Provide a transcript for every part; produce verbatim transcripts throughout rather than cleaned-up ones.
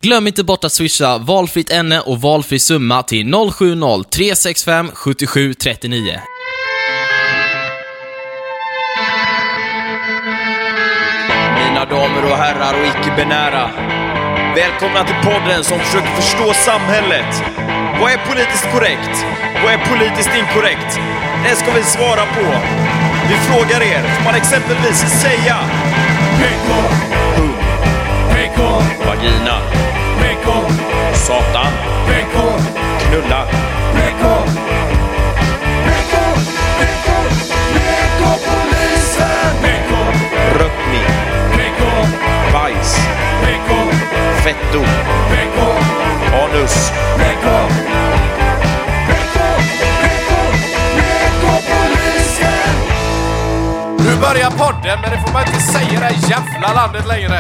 Glöm inte bort att swisha valfritt ämne och valfri summa till noll sju noll tre sex fem sju sju tre nio. Mina damer och herrar och icke-binära, välkomna till podden som försöker förstå samhället. Vad är politiskt korrekt? Vad är politiskt inkorrekt? Det ska vi svara på. Vi frågar er, får man exempelvis säga P K, pung, P K, vagina, P K, satan, P K, knulla, P K, P K, P K, P K-polisen, P K, rökning, P K, bajs, P K, fetto, P K, anus, P K, P K, P K, P K-polisen. Nu börjar podden, men det får man inte säga i det här jävla landet längre.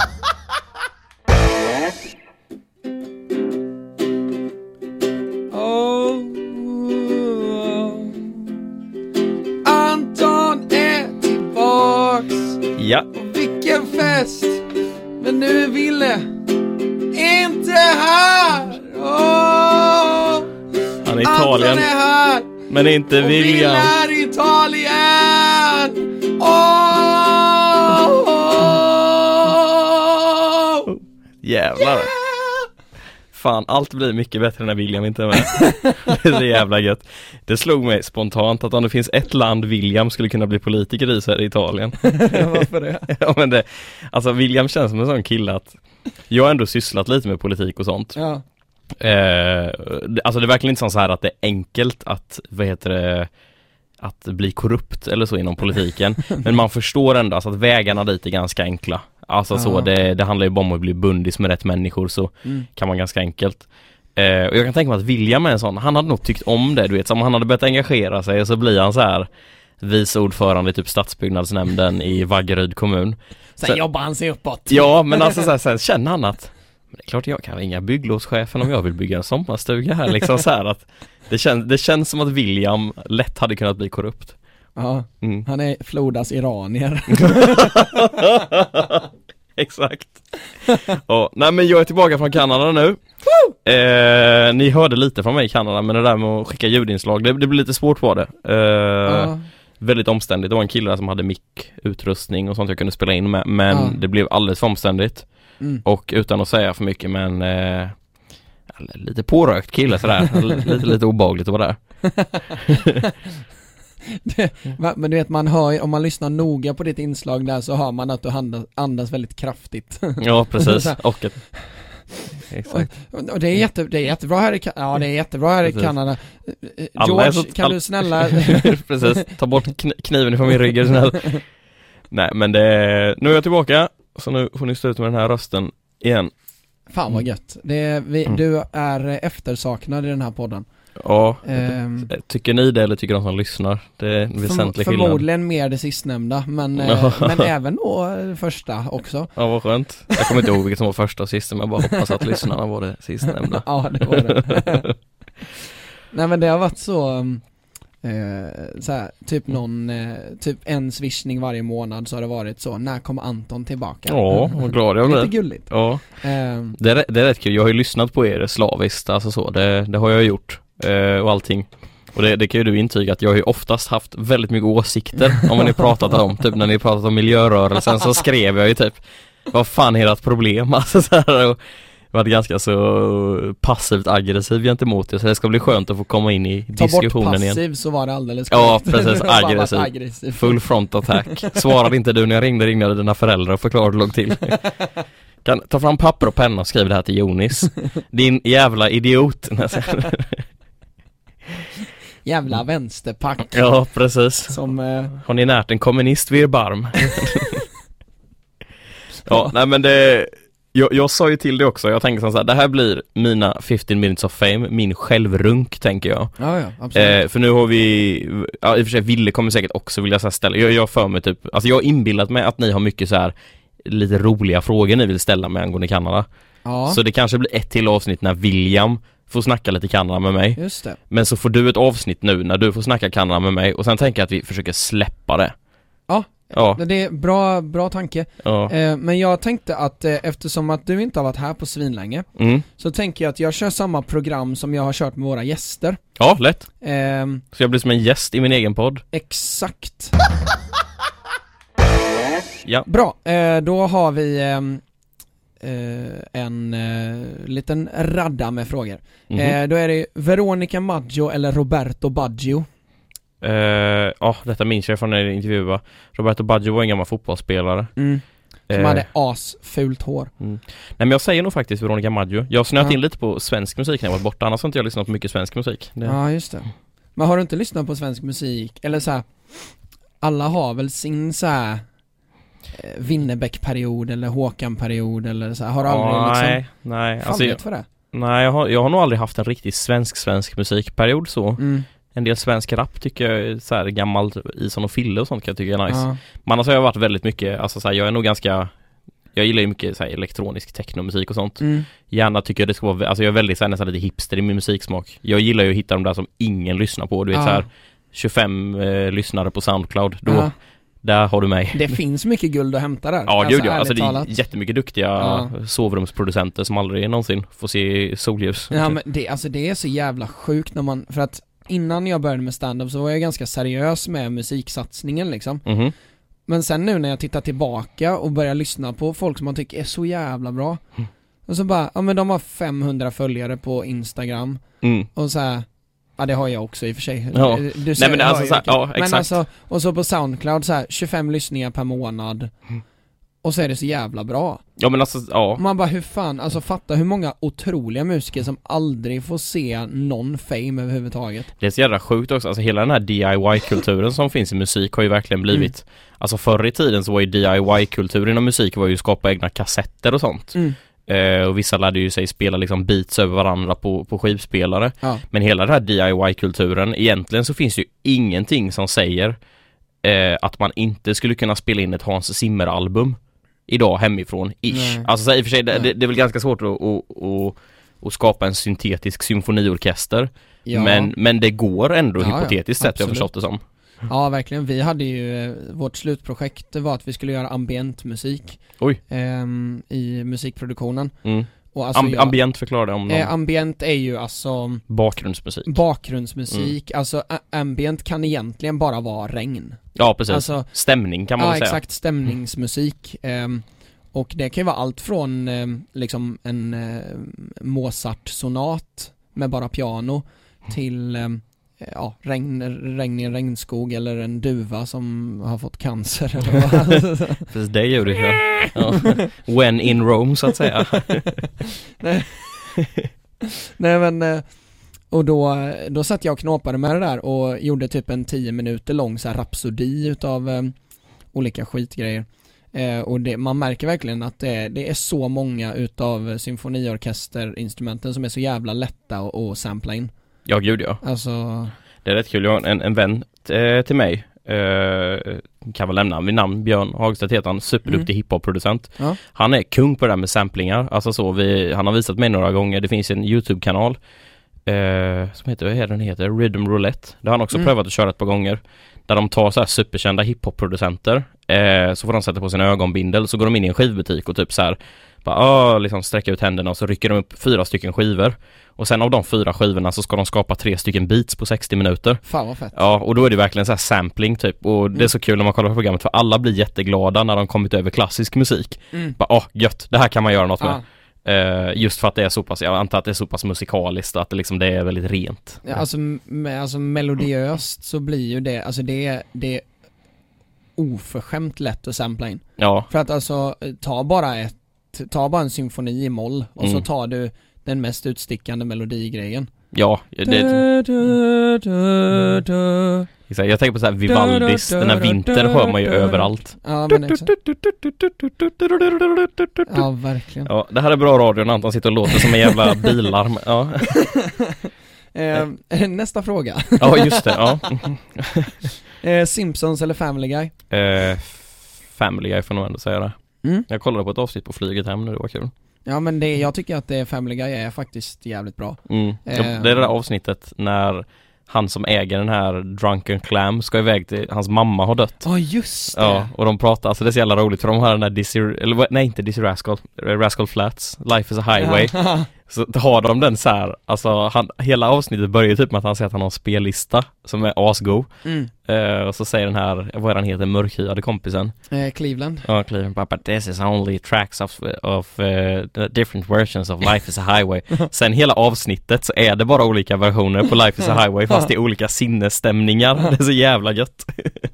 Oh, Anton är tillbaks. Ja. Och vilken fest. Men nu är Ville inte här. Oh, Han är i Italien. Anton är här. Men inte Och William. Ville är i Italien. Oh, oh. Jävlar. Fan, allt blir mycket bättre när William inte är med. Det är så jävla gött. Det slog mig spontant att om det finns ett land William skulle kunna bli politiker i, så är det Italien. Varför det? Ja, men det, alltså William känns som en sån kille att jag har ändå sysslat lite med politik och sånt. Ja. Eh, alltså det är verkligen inte så här att det är enkelt att, vad heter det, att bli korrupt eller så inom politiken. Men man förstår ändå alltså att vägarna dit är ganska enkla. Alltså ja. så, det, det handlar ju bara om att bli bundis med rätt människor, så Mm. kan man ganska enkelt. Eh, och jag kan tänka mig att William är en sån, han hade nog tyckt om det, du vet, som han hade börjat engagera sig och så blir han så här vice ordförande i typ stadsbyggnadsnämnden i Vaggeryd kommun. Sen Så, jobbar han sig uppåt. ja, men alltså så här, sen känner han att men det är klart jag kan ringa bygglovschefen om jag vill bygga en sommarstuga här liksom så här att det känns, det känns som att William lätt hade kunnat bli korrupt. Ja, Mm. han är Flodas iranier. Exakt. Och, nej men jag är tillbaka från Kanada nu. eh, Ni hörde lite från mig i Kanada, men det där med att skicka ljudinslag, det, det blir lite svårt på det. eh, Ja. Väldigt omständigt. Det var en kille där som hade mic-utrustning och sånt jag kunde spela in med, men Ja. det blev alldeles för omständigt. Mm. Och utan att säga för mycket, men eh, lite pårökt kille sådär. lite, lite obehagligt att vara där. det, va, men du vet, man hör, om man lyssnar noga på ditt inslag där så hör man att du andas, andas väldigt kraftigt. Ja, precis. Och ett, exakt. Och, och det är jätte, det är jättebra här i Ka- ja, det är jättebra här i Precis. Kanada. Alla George, är så- kan all- du snälla Precis, ta bort kn- kniven ifrån min rygg är snäll. Nej, men det, nu är jag tillbaka. Så nu får ni stå ut med den här rösten igen. Fan vad gött. Det är, vi, Mm. du är eftersaknad i den här podden. Ja, Ehm, tycker ni det eller tycker de som lyssnar? Det är en väsentlig Förm- skillnad. Förmodligen mer det sistnämnda, men, Ja. eh, men även då eh, första också. Ja, vad skönt. Jag kommer inte ihåg vilket som var första och sista, men jag bara hoppas att lyssnarna var det sistnämnda. Ja, det var det. Nej, men det har varit så um, eh, så här, typ någon eh, typ en swishning varje månad, så har det varit så, när kommer Anton tillbaka? Ja, vad glad jag Lite blir. gulligt. Ja. Ehm, Det är, det är rätt kul, jag har ju lyssnat på er slaviskt, alltså så, det, det har jag gjort eh, och allting. Och det, det kan ju du intyga att jag har ju oftast haft väldigt mycket åsikter om vad ni pratat om, typ när ni pratat om miljörörelsen så skrev jag ju typ, vad fan är ert problem? Alltså så här, och jag var ganska så passivt aggressiv gentemot det, så det ska bli skönt att få komma in i ta bort diskussionen passiv igen. så var det alldeles Ja, korrekt. precis, Det var bara aggressiv. aggressiv. Full front attack. Svarade inte du när jag ringde, ringde dina föräldrar och förklarade hur det låg till. Kan ta fram papper och penna och skriv det här till Jonis. Din jävla idiot. Jävla vänsterpack. Ja, precis. Som eh, Har ni närt en kommunist vid er barm? Ja, nej men det... Jag, jag sa ju till det också, jag tänkte så här, det här blir mina fifteen minutes of fame, min självrunk tänker jag. ja, ja, absolut. Eh, för nu har vi, ja, i och för sig Ville kommer säkert också vilja så här ställa, jag, jag för mig typ, alltså jag har inbillat mig att ni har mycket så här lite roliga frågor ni vill ställa med angående Kanada. ja, Så det kanske blir ett till avsnitt när William får snacka lite Kanada med mig. just det. Men så får du ett avsnitt nu när du får snacka Kanada med mig, och sen tänker jag att vi försöker släppa det. Ja, Ja. Det är bra, bra tanke. Ja. Eh, men jag tänkte att eh, eftersom att du inte har varit här på svinlänge, Mm. så tänker jag att jag kör samma program som jag har kört med våra gäster. Ja, lätt. Eh, Så jag blir som en gäst i min egen podd. exakt. Ja. Bra, eh, då har vi ehm, eh, en eh, liten radda med frågor. Mhm. Eh, då är det Veronica Maggio eller Roberto Baggio. Eh, Ja, detta minns jag från en intervju, va? Roberto Baggio var en gammal fotbollsspelare. Mm. Som Eh, hade asfult hår. Nej, men jag säger nog faktiskt Veronica Maggio. Jag har snöat Ja. in lite på svensk musik när jag varit borta. Annars har inte jag lyssnat på mycket svensk musik. Det... Ja, just det. Men har du inte lyssnat på svensk musik? Eller så här, alla har väl sin så här eh, Winnerbäck-period eller Håkan-period eller så här. Har du aldrig Ja, liksom nej, nej. fan Alltså, jag, vet för det? nej jag, har, jag har nog aldrig haft en riktigt svensk-svensk musikperiod så. Mm. En del svensk rap tycker jag är så här gammalt, Ison och Fille och sånt kan jag tycka är nice. Ja. Men annars har jag varit väldigt mycket, alltså så här, jag är nog ganska, jag gillar ju mycket så här, elektronisk technomusik och sånt. Mm. Gärna tycker jag det ska vara, alltså jag är väldigt så här, nästan lite hipster i min musiksmak. Jag gillar ju att hitta de där som ingen lyssnar på, du vet Ja. så här tjugofem eh, lyssnare på Soundcloud. Då, Ja. där har du mig. Det finns mycket guld att hämta där. Ja, gud ja. Alltså ärligt det är talat. jättemycket duktiga Ja. sovrumsproducenter som aldrig någonsin får se solljus. Ja, men det, alltså det är så jävla sjukt när man, för att innan jag började med stand-up så var jag ganska seriös med musiksatsningen liksom. Mhm. Men sen nu när jag tittar tillbaka och börjar lyssna på folk som man tycker är så jävla bra, Mm. och så bara, ja men de har femhundra följare på Instagram Mm. och så här, ja det har jag också i och för sig. Ja. Du, du Nej, ser- men det är hör alltså ju så här, vilken- ja, men exakt. alltså, och så på Soundcloud så här, tjugofem lyssningar per månad. Mm. Och så är det så jävla bra. Ja men alltså, ja. Man bara, hur fan, alltså fatta hur många otroliga musiker som aldrig får se någon fame överhuvudtaget. Det är så jävla sjukt också, alltså hela den här D I Y-kulturen som finns i musik har ju verkligen blivit, Mm. alltså förr i tiden så var ju D I Y-kulturen inom musik var ju att skapa egna kassetter och sånt. Mm. Eh, och vissa lärde ju sig spela liksom beats över varandra på, på skivspelare. Ja. Men hela den här D I Y-kulturen, egentligen så finns det ju ingenting som säger eh, att man inte skulle kunna spela in ett Hans Zimmer-album idag hemifrån, ish. Nej. Alltså så här, i och för sig, det, Nej. det, det är väl ganska svårt att, att, att, att skapa en syntetisk symfoniorkester. Ja. Men, men det går ändå Ja, ja, hypotetiskt sett, jag har absolut. förstått det som. Ja, verkligen. Vi hade ju, eh, vårt slutprojekt var att vi skulle göra ambientmusik. Oj. ehm, i musikproduktionen. Mm. Och alltså Am- jag, ambient förklarar det om någon eh, ambient är ju alltså bakgrundsmusik. bakgrundsmusik. Mm. Alltså a- ambient kan egentligen bara vara regn. Ja, precis. Alltså, Stämning kan man ja, väl säga. exakt, stämningsmusik. Ehm, och det kan ju vara allt från ehm, liksom en eh, Mozart-sonat med bara piano till ehm, ja, regn, regn i en regnskog eller en duva som har fått cancer eller vad. Precis det ljudet, ja. Ja. When in Rome, så att säga. Nej. Nej men eh, och då, då satt jag och knåpade med det där och gjorde typ en tio minuter lång så här rapsodi utav eh, olika skitgrejer. Eh, och det, man märker verkligen att det, det är så många utav symfoniorkesterinstrumenten som är så jävla lätta att, att sampla in. Ja, gud ja. Alltså, Det är rätt kul. Jag har en, en vän eh, till mig, eh, kan väl nämna vid namn, Björn Hagstedt heter han, superduktig Mm. hiphop-producent. Ja. Han är kung på det där med samplingar. Alltså så, vi, han har visat mig några gånger. Det finns en YouTube-kanal eh, som heter, vad heter den heter? Rhythm Roulette. Det har han också Mm. prövat att köra ett par gånger. Där de tar så här superkända hiphop-producenter, eh, så får de sätta på sin ögonbindel, så går de in i en skivbutik och typ så här bara, ah, liksom sträcka ut händerna och så rycker de upp fyra stycken skivor. Och sen av de fyra skivorna så ska de skapa tre stycken beats på sextio minuter. fan vad fett. Ja, och då är det verkligen så här sampling typ. Och det är Mm. så kul när man kollar på programmet, för alla blir jätteglada när de kommit över klassisk musik. Mm. Bara, åh, gött, det här kan man göra något med. Ja. Eh, just för att det är så pass, jag antar att det är så pass musikaliskt och att det liksom, det är väldigt rent. Ja, alltså, med, alltså melodiöst så blir ju det, alltså det är, det är oförskämt lätt att sampla in. Ja, För att alltså, ta bara ett, ta bara en symfoni i moll och Mm. så tar du den mest utstickande melodigrejen. ja, det, Du, du, du, du. exakt. Jag tänker på så här Vivaldis, den här vinter hör man ju överallt. Ja, men exakt. Ja, verkligen. Ja, det här är bra radio när Anton sitter och låter som en jävla bilarm. Ja, Eh, nästa fråga. ja just det, ja. Eh, Simpsons eller Family Guy? Eh, Family Guy får nog ändå säga det. Mm. Jag kollade på ett avsnitt på flyget hem nu, det var kul. Ja, men det, jag tycker att det Family Guy är faktiskt jävligt bra. Mm. Eh. Ja, det är det där avsnittet när han som äger den här Drunken Clam ska iväg till, hans mamma har dött. Ja, oh, just det. Ja, och de pratar, alltså det är så jävla roligt för de har den där Dizzy, eller nej inte Dizzy Rascal, Rascal Flats, Life is a Highway. Ja. Så har de den så här, alltså han, hela avsnittet börjar ju typ med att han säger att han har en spellista som är asgo. Mm. Uh, och så säger den här, vad är han heter, mörkhyade kompisen. Eh, Cleveland. Ja, Cleveland. But this is only tracks of, of uh, different versions of Life is a Highway. Sen hela avsnittet så är det bara olika versioner på Life is a Highway fast det är olika sinnesstämningar. Det är så jävla gött.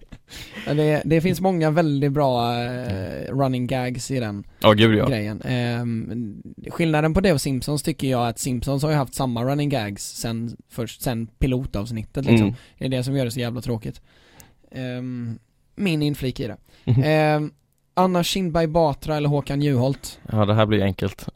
Det, det finns många väldigt bra eh, running gags i den oh, gud, ja. grejen. Eh, skillnaden på det och Simpsons tycker jag att Simpsons har ju haft samma running gags sen, först, sen pilotavsnittet liksom. Mm. Det är det som gör det så jävla tråkigt. Eh, min inflik i det. Eh, Anna Kinberg Batra eller Håkan Juholt? Ja, det här blir enkelt.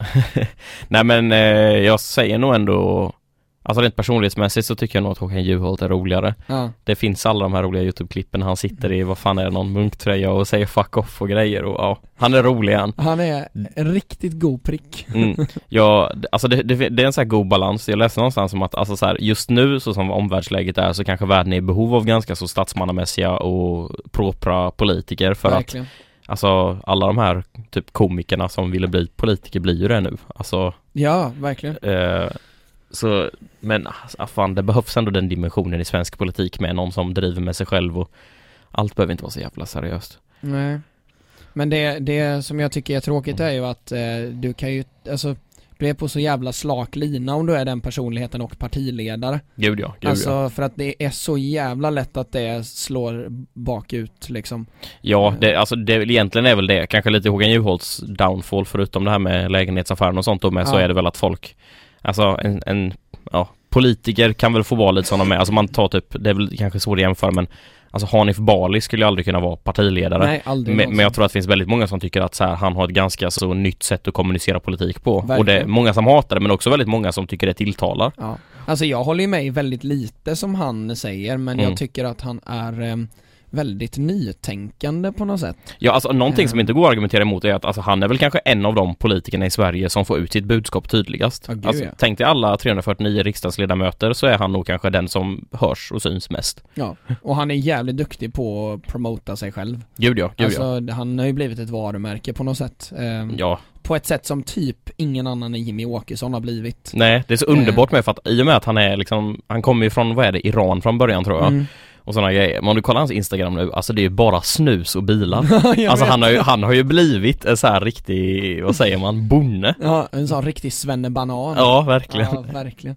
Nej men eh, jag säger nog ändå, alltså rent personlighetsmässigt så tycker jag nog att Håkan Juholt är roligare. Ja. Det finns alla de här roliga YouTube-klippen. Han sitter i, vad fan är det, någon munktröja och säger fuck off och grejer. Och, ja, han är rolig han. Han är en riktigt god prick. Mm. Ja, alltså det, det, det är en sån här god balans. Jag läste någonstans om att alltså så här, just nu så som omvärldsläget är så kanske världen är i behov av ganska så statsmannamässiga och propra politiker för Verkligen. att alltså alla de här typ komikerna som ville bli politiker blir ju det nu. Alltså, ja, verkligen. Eh, Så, men ah, fan, det behövs ändå den dimensionen i svensk politik med någon som driver med sig själv och allt behöver inte vara så jävla seriöst. Nej. Men det, det som jag tycker är tråkigt är ju att eh, du kan ju, alltså du är på så jävla slak lina om du är den personligheten och partiledare. Gud ja, gud alltså ja. för att det är så jävla lätt att det slår bakut liksom. Ja, det, alltså det egentligen är väl det. Kanske lite Håkan Juholts downfall förutom det här med lägenhetsaffären och sånt och med ja. så är det väl att folk, alltså en, en ja, politiker kan väl få vara lite sådana med. Alltså man tar typ, det är väl kanske svårt att jämföra men alltså Hanif Bali skulle aldrig kunna vara partiledare. Nej, aldrig. Men, men jag tror att det finns väldigt många som tycker att så här, han har ett ganska så nytt sätt att kommunicera politik på. Verkligen. Och det är många som hatar det men också väldigt många som tycker det tilltalar. Ja. Alltså jag håller ju med väldigt lite som han säger men mm. jag tycker att han är eh, väldigt nytänkande på något sätt. Ja, alltså någonting som inte går att argumentera emot är att alltså, han är väl kanske en av de politikerna i Sverige som får ut sitt budskap tydligast. Oh, alltså, ja. Tänk dig alla trehundrafyrtionio riksdagsledamöter så är han nog kanske den som hörs och syns mest. Ja, och han är jävligt duktig på att promota sig själv. Gud ja, gud alltså, ja. Han har ju blivit ett varumärke på något sätt. Um, ja. På ett sätt som typ ingen annan än Jimmy Åkesson har blivit. Nej, det är så underbart med för att i och med att han är liksom, han kommer ju från, vad är det, Iran från början tror jag. Mm. Och sådana grejer. Men om du kollar hans Instagram nu, alltså det är ju bara snus och bilar. Alltså han har, ju, han har ju blivit en så här riktig, vad säger man, bonne. Ja, en sån riktig svennebanan. Ja, verkligen. Ja, verkligen.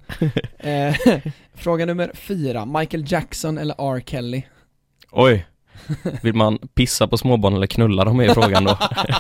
eh, fråga nummer fyra. Michael Jackson eller R. Kelly? Oj. Vill man pissa på småbarn eller knulla dem är frågan då.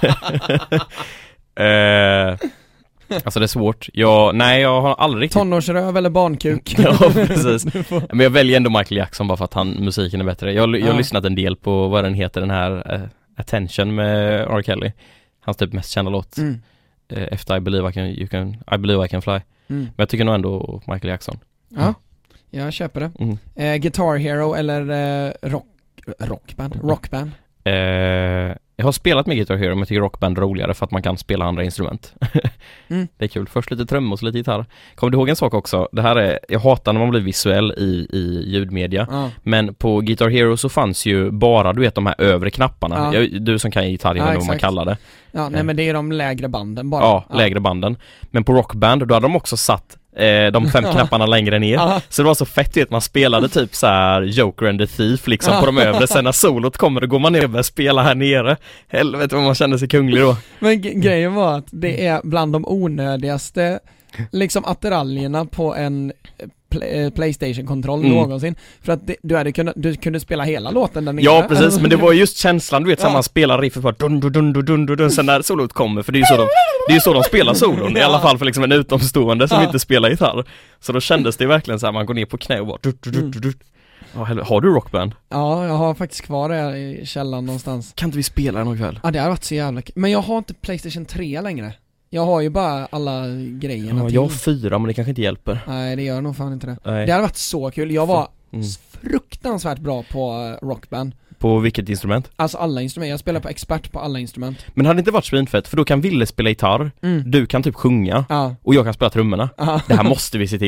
eh... Alltså det är svårt. Jag, nej, jag har aldrig riktigt... Tonårsröv eller barnkuk. Ja, precis. Men jag väljer ändå Michael Jackson bara för att han, musiken är bättre. Jag, jag har ja. lyssnat en del på vad den heter, den här uh, Attention med R. Kelly. Hans typ mest kända låt. Mm. Uh, efter I Believe I Can, you can, I Believe I Can Fly. Mm. Men jag tycker nog ändå Michael Jackson. Ja, mm. jag köper det. Mm. Uh, Guitar Hero eller uh, rock, rockband? Rockband? Uh, jag har spelat med Guitar Hero men jag tycker rockband är roligare för att man kan spela andra instrument. mm. Det är kul. Först lite trummor och så lite gitarr. Kommer du ihåg en sak också? Det här är, jag hatar när man blir visuell i, i ljudmedia. Ah. Men på Guitar Hero så fanns ju bara, du vet, de här övre knapparna. Ah. Jag, du som kan gitarr, jag vet inte vad man kallar det. Ja, nej men det är de lägre banden bara. Ja, ah. lägre banden. Men på rockband, då hade de också satt eh, de fem knapparna längre ner. Ah. Så det var så fett att man spelade typ så här Joker and the Thief liksom ah. på de övre. Sen när solot kommer då går man ner och börjar spela här nere. Helvete vad man kände sig kunglig då. Men g- grejen var att det är bland de onödigaste liksom attiraljerna på en pl- PlayStation-kontroll mm. någonsin. För att det, du, hade kunnat, du kunde spela hela låten där nere. Ja, precis. Men det var just känslan, du vet, ja. man spelar riffet bara dun dun dun dun dun dun sen när solot kommer. För det är ju så de, det är ju så de spelar solon. Ja. I alla fall för liksom en utomstående som ja. inte spelar gitarr. Så då kändes det verkligen så här, man går ner på knä och bara du, du, du, du, du. Ja, har du rockband? Ja, jag har faktiskt kvar det i källaren någonstans. Kan inte vi spela någon kväll? Ja, det har varit så jävla k- Men jag har inte PlayStation tre längre. Jag har ju bara alla grejerna ja, till. Jag har fyra, men det kanske inte hjälper. Nej, det gör nog fan inte det. Nej. Det hade varit så kul. Jag var mm. fruktansvärt bra på rockband. På vilket instrument? Alltså alla instrument. Jag spelar på expert på alla instrument. Men hade det inte varit svinfett? För då kan Ville spela gitarr, mm. du kan typ sjunga ja. och jag kan spela trummorna. Aha. Det här måste vi se till.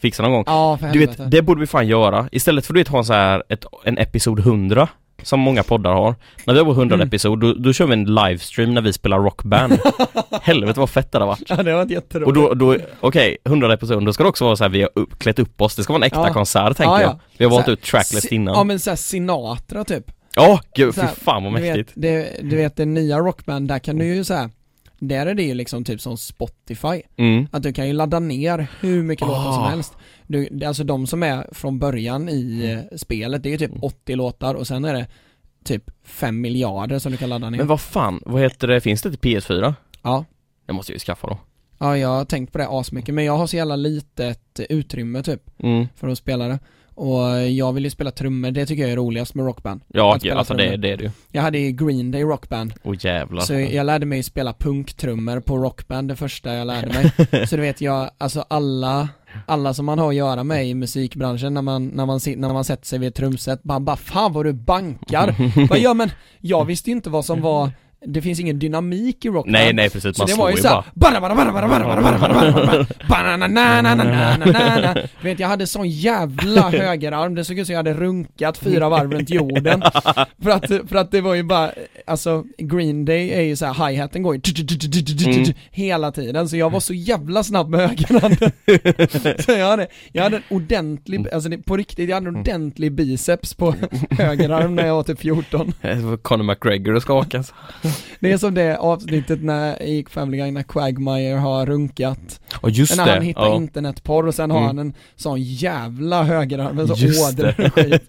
fixa någon gång. Ja, för Du helvete. vet, det borde vi fan göra. Istället för att ha så här ett, en episod hundra som många poddar har. När vi har vår hundra Mm. episod, då, då kör vi en livestream när vi spelar rockband. Helvete vad fett det har varit. Ja, det var ett jätteroligt. Och då, då okej, okay, hundra episod, då ska det också vara så här, vi har upp, klätt upp oss. Det ska vara en äkta Ja. konsert, tänker Ja, ja. jag. Vi har valt Så här, ut tracklist si- innan. Ja, men såhär Sinatra typ. Ja, gud, Så fy här, fan vad du mäktigt. vet, det, du vet, det nya rockband, där kan du ju såhär, där är det ju liksom typ som Spotify. Mm. Att du kan ju ladda ner hur mycket Ah. låtar som helst. Du, det- alltså de som är från början i eh, spelet, det är ju typ åttio låtar och sen är det typ fem miljarder som du kan ladda ner. Men vad fan, vad heter det, finns det till P S fyra? Ja. Det måste jag ju skaffa då. Ja, jag har tänkt på det asmycket, men jag har så jävla litet utrymme typ Mm. för att spela det. Och jag vill ju spela trummor, det tycker jag är roligast med rockband. Ja, Att spela alltså det, trummor. det är det ju. Jag hade ju Green Day rockband. Åh jävlar. Så jag lärde mig spela punktrummor på rockband, det första jag lärde mig. Så du vet jag, alltså alla alla som man har att göra med i musikbranschen när man, när man, sit- när man sätter sig vid ett trumset, bara, bara fan vad du bankar. Vad gör men jag visste ju inte vad som var, det finns ingen dynamik i rockband. Nej, nej, precis. Så Man det slår var ju ju så här, bara. bara bara bara bara bara bara bara bara bara banananananananana. Du vet, jag hade sån jävla högerarm, det såg ut som jag hade runkat fyra varv runt jorden. För att, för att det var ju bara, alltså Green Day är ju så här, hi-haten går ju hela tiden, så jag var så jävla snabb med högerhanden. Så jag hade, jag hade en ordentlig, alltså det, på riktigt, jag hade en ordentlig biceps på högerarm när jag var typ fjorton. Conor McGregor och skakas. Det är som det avsnittet när i Family Guy när Quagmire har runkat. Och just när det. han hittar ja. internetporr och sen har Mm. han en sån jävla högerarm, en sån Just åder det. och skit.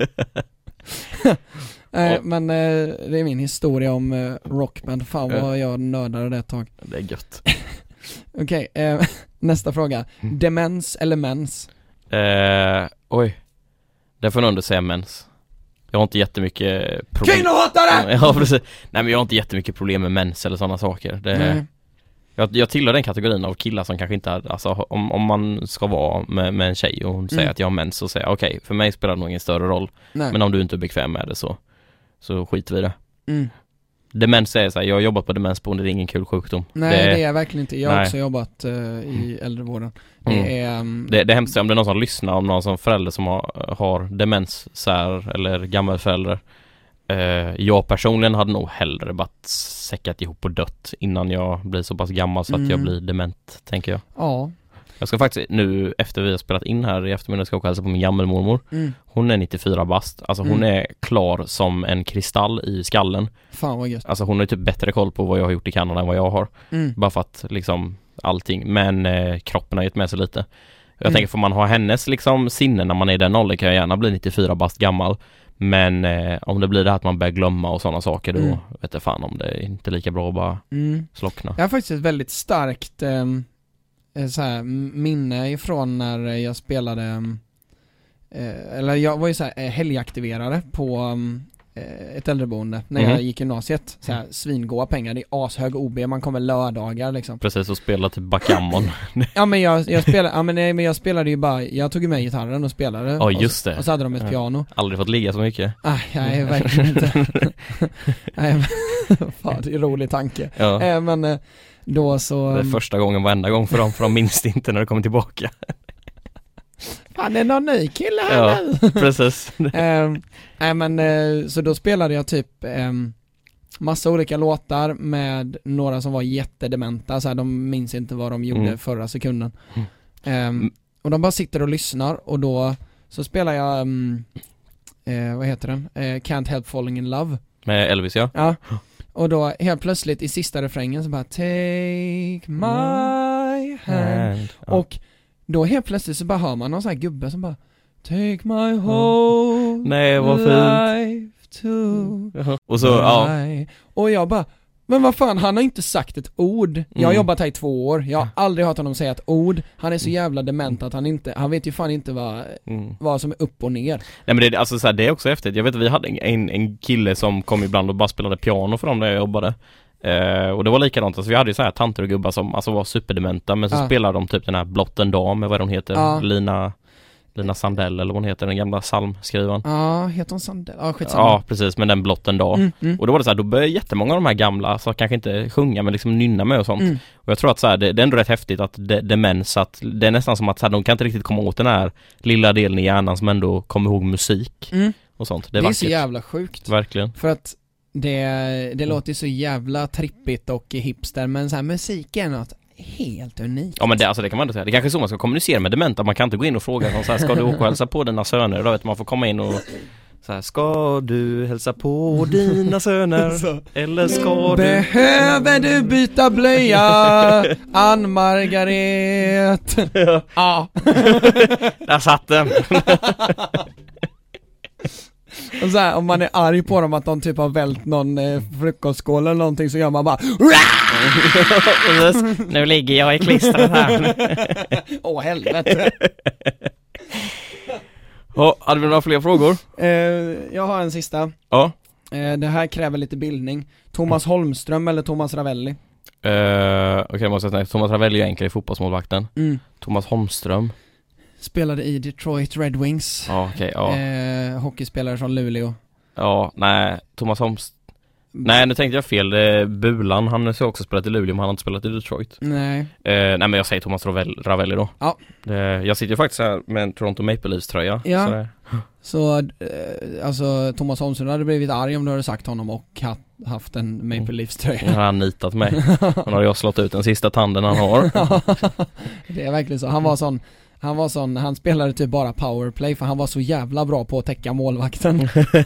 Eh, Ja. Men eh, det är min historia om eh, rockband. Fan Ja. vad jag nördade det ett tag. Det är gött. Okej, eh, nästa fråga. Mm. Demens eller mens? Eh, oj. Det får nog ändå säga mens. Jag har inte jättemycket problem. Kvinnohatare! Ja, precis. Nej, men jag har inte jättemycket problem med mens eller sådana saker. Det, Nej. jag, jag tillhör den kategorin av killar som kanske inte är, alltså om, om man ska vara med, med en tjej och hon säger Mm. att jag har mens, så säger jag okej, för mig spelar det nog ingen större roll. Nej. Men om du inte är bekväm med det så, så skiter vi i det. Mm. Demens är så här, jag har jobbat på demensboende, det är ingen kul sjukdom. Nej, det, är verkligen inte. Jag har Nej. också jobbat eh, i äldrevården. Det Mm. är... Um, Det, det är hemskt om det är någon som lyssnar, om någon som förälder som har, har demens så här, eller gammelföräldrar. Eh, jag personligen hade nog hellre bara säckat ihop och dött innan jag blir så pass gammal så att Mm. jag blir dement, tänker jag. Ja. Jag ska faktiskt nu, efter vi har spelat in här i eftermiddag, ska jag åka och hälsa på min gammelmormor. Mm. Hon är nittiofyra bast, alltså hon Mm. är klar som en kristall i skallen. Fan vad gött. Alltså hon har typ bättre koll på vad jag har gjort i Kanada än vad jag har. Mm. Bara för att liksom allting, men eh, kroppen har gett med sig lite. Jag Mm. tänker, får man ha hennes liksom sinne när man är i den åldern, kan jag gärna bli nittiofyra bast gammal. Men eh, om det blir det att man börjar glömma och sådana saker, då Mm. vet jag fan om det är inte lika bra att bara Mm. slockna. Jag har faktiskt ett väldigt starkt ehm, eh, så här, m- minne ifrån när jag spelade ehm, eh, eller jag var ju så här eh, helgaktiverare på ehm, eh, ett äldreboende när Mhm. jag gick gymnasiet. Så här, svingoa pengar, det är ashög O B, man kommer lördagar liksom. Precis, och spela typ backgammon. Ja men jag, jag spelade, ja men nej men jag spelade ju bara, jag tog ju med gitarren och spelade. Ja, just och, det. Och så hade de ett Ja. piano. Aldrig fått ligga så mycket. Ah, jag är verkligen inte. Nej men, fan det är en rolig tanke. Ja. Eh, men eh, då så... Det är första gången, varenda gång för dem, för de minns inte när det kommer tillbaka. Fan, det är någon ny kille här Ja, nu. precis. Ehm, Nej men eh, så då spelade jag typ ehm, massa olika låtar med några som var jättedementa, så här, de minns inte vad de gjorde Mm. förra sekunden. Mm. Ehm, och de bara sitter och lyssnar och då så spelar jag ehm, eh, vad heter den? Eh, Can't Help Falling In Love. Med Elvis, ja. Ja. Och då helt plötsligt i sista refrängen så bara Take my hand. Ja. Och då helt plötsligt så bara hör man någon sån här gubbe som bara Take my whole Nej, vad fint. life to Och så, ja. die. Och jag bara, men vad fan, han har inte sagt ett ord. Jag har Mm. jobbat här i två år, jag har aldrig hört honom säga ett ord. Han är så jävla dement att han inte, han vet ju fan inte vad, Mm. vad som är upp och ner. Nej, men det, alltså, så här, det är också häftigt. Jag vet att vi hade en, en kille som kom ibland och bara spelade piano för dem när jag jobbade. Eh, och det var likadant, alltså, vi hade ju så här tanter och gubbar som alltså, var superdementa, men så Ja. spelade de typ den här Blott en dam, vad de heter, Ja. Lina Lina Sandell eller vad hon heter, den gamla psalmskrivaren. Ja, heter hon Sandell? Ja, skitsamma. Ja, precis, men den blott en dag. Mm, mm. Och då var det så här, då började jättemånga av de här gamla, så kanske inte sjunga, men liksom nynna med och sånt. Mm. Och jag tror att så här, det, det är ändå rätt häftigt att de, demens, att det är nästan som att så här, de kan inte riktigt komma åt den här lilla delen i hjärnan som ändå kommer ihåg musik Mm. och sånt. Det Det är, är vackert. så jävla sjukt. Verkligen. För att det, det låter så jävla trippigt och hipster, men så här, musik är något helt unikt. Ja, men det, alltså, det kan man inte säga. Det är kanske så man ska kommunicera med dementa. Man kan inte gå in och fråga så här, ska du åka och hälsa på dina söner? Då vet man får komma in och så här, ska du hälsa på dina söner? Eller ska du... Behöver du byta blöja, Ann-Margaret? Ja. Ja. Där satt den. Och så här, om man är arg på dem att de typ har vält någon eh, frukostskål eller någonting, så gör man bara Nu ligger jag i klistret här. åh helvete. Ja, hade vi några fler frågor? eh, Jag har en sista. Ja. eh, Det här kräver lite bildning. Thomas Holmström eller Thomas Ravelli? Uh, Okej, okay, jag måste säga Thomas Ravelli är egentligen fotbollsmålvakten. Mm. Thomas Holmström. Spelade i Detroit Red Wings. Ja, okej, okay, ja. eh, Hockeyspelare från Luleå. Ja, nej, Thomas Holmström. Nej, nu tänkte jag fel. Det Bulan, han har också spelat i Luleå, men han har inte spelat i Detroit. Nej. Eh, nej, men jag säger Thomas Ravelli, Ravelli då. Ja. Det, jag sitter ju faktiskt här med en Toronto Maple Leafs-tröja. Ja. Så, det... så eh, alltså Thomas Holmström hade blivit arg om du hade sagt honom och ha, haft en Maple Leafs-tröja. Nu har han nitat mig. Nu har jag slått ut den sista tanden han har. Det är verkligen så. Han var sån Han var sån, han spelade typ bara powerplay för han var så jävla bra på att täcka målvakten.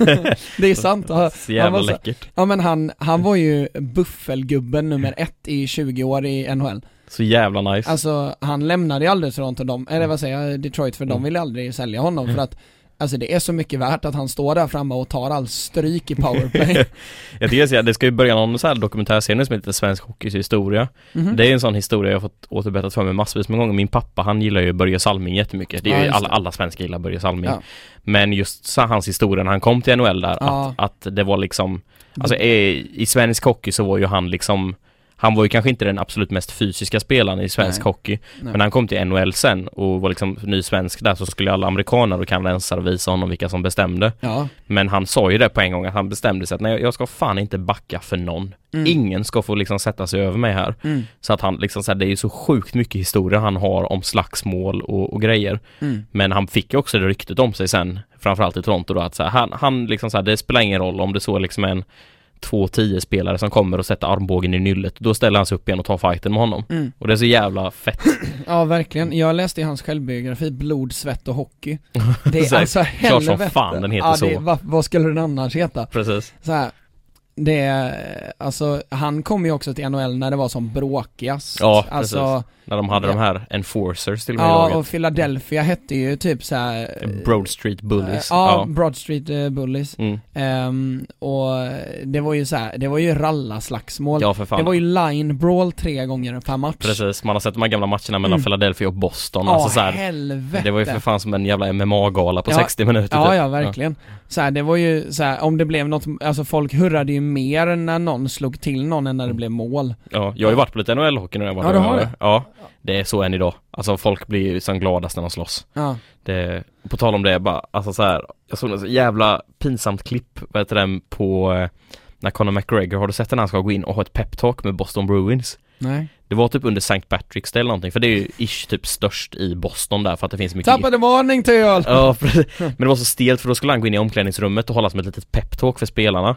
Det är sant. Så jävla han var så, läckert. Ja, men han, han var ju buffelgubben nummer ett i tjugo år i N H L. Så jävla nice. Alltså han lämnade ju aldrig Toronto dem, eller vad säger jag, Detroit, för de ville aldrig sälja honom för att alltså det är så mycket värt att han står där framme och tar all stryk i powerplay. Jag tycker att det ska ju börja någon så här dokumentärserie som heter Svensk Hockeys historia. Mm-hmm. Det är en sån historia jag har fått återberättat för mig massvis med gånger. Min pappa, han gillar ju Börje Salming jättemycket. Det är ja, ju alla, alla svenskar gillar Börje Salming. Ja. Men just så, hans historia när han kom till N H L där, ja. att, att det var liksom, alltså i, i svensk hockey så var ju han liksom, han var ju kanske inte den absolut mest fysiska spelaren i svensk Nej. hockey. Nej. Men när han kom till N H L sen och var liksom ny svensk där, så skulle alla amerikaner och kanadensare visa honom vilka som bestämde. Ja. Men han sa ju det på en gång att han bestämde sig att nej, jag ska fan inte backa för någon. Mm. Ingen ska få liksom sätta sig över mig här. Mm. Så att han liksom så här, det är ju så sjukt mycket historia han har om slagsmål och, och grejer. Mm. Men han fick ju också det ryktet om sig sen, framförallt i Toronto då, att så här, han, han liksom så här, det spelar ingen roll om det så liksom en två tio spelare som kommer och sätter armbågen i nyllet. Då ställer han sig upp igen och tar fighten med honom. Mm. Och det är så jävla fett. Ja, verkligen. Jag läste i hans självbiografi Blod, svett och hockey. Det är alltså helvete. Klart som fan den heter ja, så. Det, vad, vad skulle den annars heta? Precis. Så här, det är, alltså, han kom ju också till N H L när det var som bråkigast. Ja, alltså, precis. När de hade ja. de här enforcers till och med. Ja, och Philadelphia hette ju typ så här, Broad Street Bullies. Äh, ja, ja, Broad Street uh, Bullies. Mm. Um, och det var ju så här, det var ju rallaslagsmål. Ja, för fan. Det var ju line brawl tre gånger per match. Precis, man har sett de här gamla matcherna mellan mm. Philadelphia och Boston. Ja, alltså, så här, helvete. Det var ju för fan som en jävla M M A-gala på ja, sextio minuter. Ja, typ. ja, verkligen. Ja. Så här, det var ju så här, om det blev något, alltså folk hurrade ju mer när någon slog till någon än när det blev mål. Ja, jag har ju varit på lite N H L-hockey när jag var Ja, du har det? Ja, det är så än idag. Alltså folk blir ju som gladast när de slåss. Ja. Det, på tal om det, bara, alltså så här, jag såg en så jävla pinsamt klipp, vad heter den, på eh, när Conor McGregor, har du sett när han ska gå in och ha ett peptalk med Boston Bruins? Nej. Det var typ under Saint Patrick's Day eller någonting, för det är ju ish typ störst i Boston där, för att det finns mycket... Tappade varning till öl! Ja, men det var så stelt, för då skulle han gå in i omklädningsrummet och hålla som ett litet peptalk för spelarna.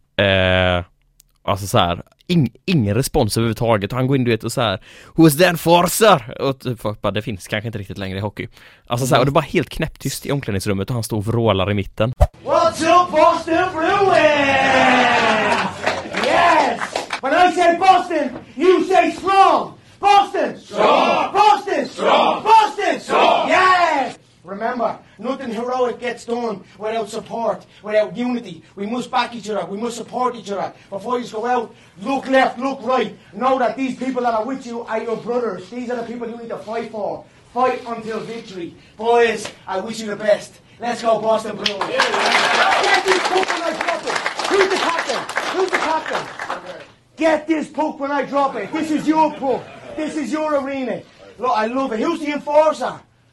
Eh, alltså så här, ing, ingen respons överhuvudtaget. Han går in, du vet, och så här, who's that forcer? Och typ, folk bara, det finns kanske inte riktigt längre i hockey. Alltså så här, och det är bara helt knäpptyst i omklädningsrummet och han står och vrålar i mitten. What's up, Boston Bruins? Yes! When I say Boston, you say strong! Boston! Strong! Boston! Strong! Boston! Strong! Yes! Remember, nothing heroic gets done without support, without unity. We must back each other, we must support each other. Before you go out, look left, look right. Know that these people that are with you are your brothers. These are the people you need to fight for. Fight until victory. Boys, I wish you the best. Let's go, Boston Bruins. Get this puck when I drop it. Who's the captain? Who's the captain? Get this puck when I drop it. This is your puck. This is your arena. Look, I love it. Who's the enforcer?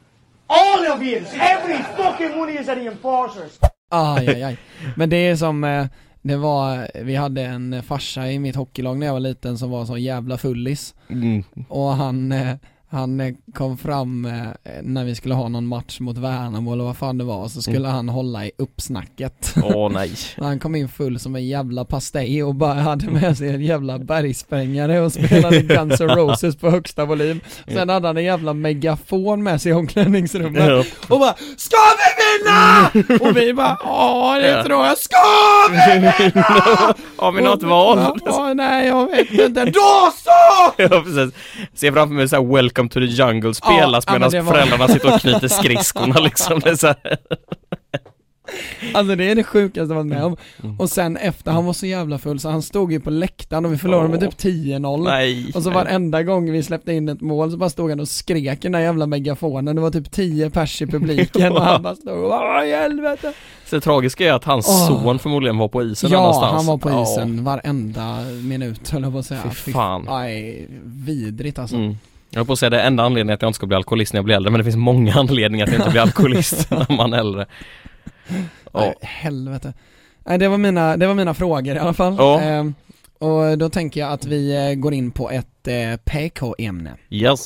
All of you, every fucking one of you are the enforcers. Aj, aj, aj. Men det är som, eh, det var, vi hade en farsa i mitt hockeylag när jag var liten som var så jävla fullis. Mm. Och han, eh, han eh, kom fram eh, när vi skulle ha någon match mot Värnamo eller vad fan det var, så skulle Mm. han hålla i uppsnacket. Åh nej. Han kom in full som en jävla pastej och bara hade med sig en jävla bergsprängare och spelade Guns N' Roses på högsta volym. Sen hade han en jävla megafon med sig i omklädningsrummet Ja. och bara, ska vi vinna? Och vi bara, ja det Ja. tror jag, ska vi vinna? Har vi något val? Ja, nej jag vet inte, då så! Ja, precis. Ser framför mig så här Welcome to the Jungle spelas Ja, ja, medan men det var- föräldrarna sitter och knyter skridskorna liksom. Det är så här. Alltså det är det sjukaste jag varit med om. Och sen efter, han var så jävla full så han stod ju på läktaren och vi förlorade med Åh. typ tio noll. Nej. Och så varenda gång vi släppte in ett mål så bara stod han och skrek i den där jävla megafonen. Det var typ tio pers i publiken och han bara stod och åh i helvete. Så det tragiska är att hans Åh. son förmodligen var på isen Ja, någonstans. han var på Ja. isen varenda minut höll jag på att säga. Fy fan. Nej, vidrigt alltså. Mm. Jag höll på att säga det är enda anledningen att jag inte ska bli alkoholist när jag blir äldre, men det finns många anledningar att jag inte blir alkoholist när man är äldre. Ja. Nej, helvete. Nej, det var mina, det var mina frågor i alla fall. Ja. Ehm, och då tänker jag att vi eh, går in på ett eh, P K-ämne. Yes.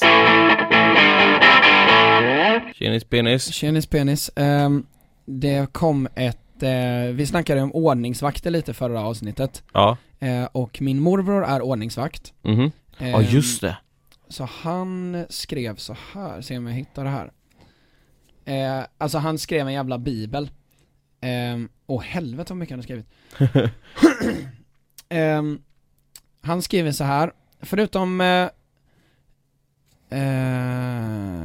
Tjenis penis. Tjenis penis. Ehm, det kom ett, eh, vi snackade om ordningsvakter lite förra avsnittet. Ja. Eh, och min morbror är ordningsvakt. Mhm. Ja, Ehm, just det. Så han skrev så här, se om jag hittar det här. Eh, alltså han skrev en jävla bibel. Ehm, åh helvete vad mycket han har skrivit. Ehm, han skriver så här, förutom eh, eh,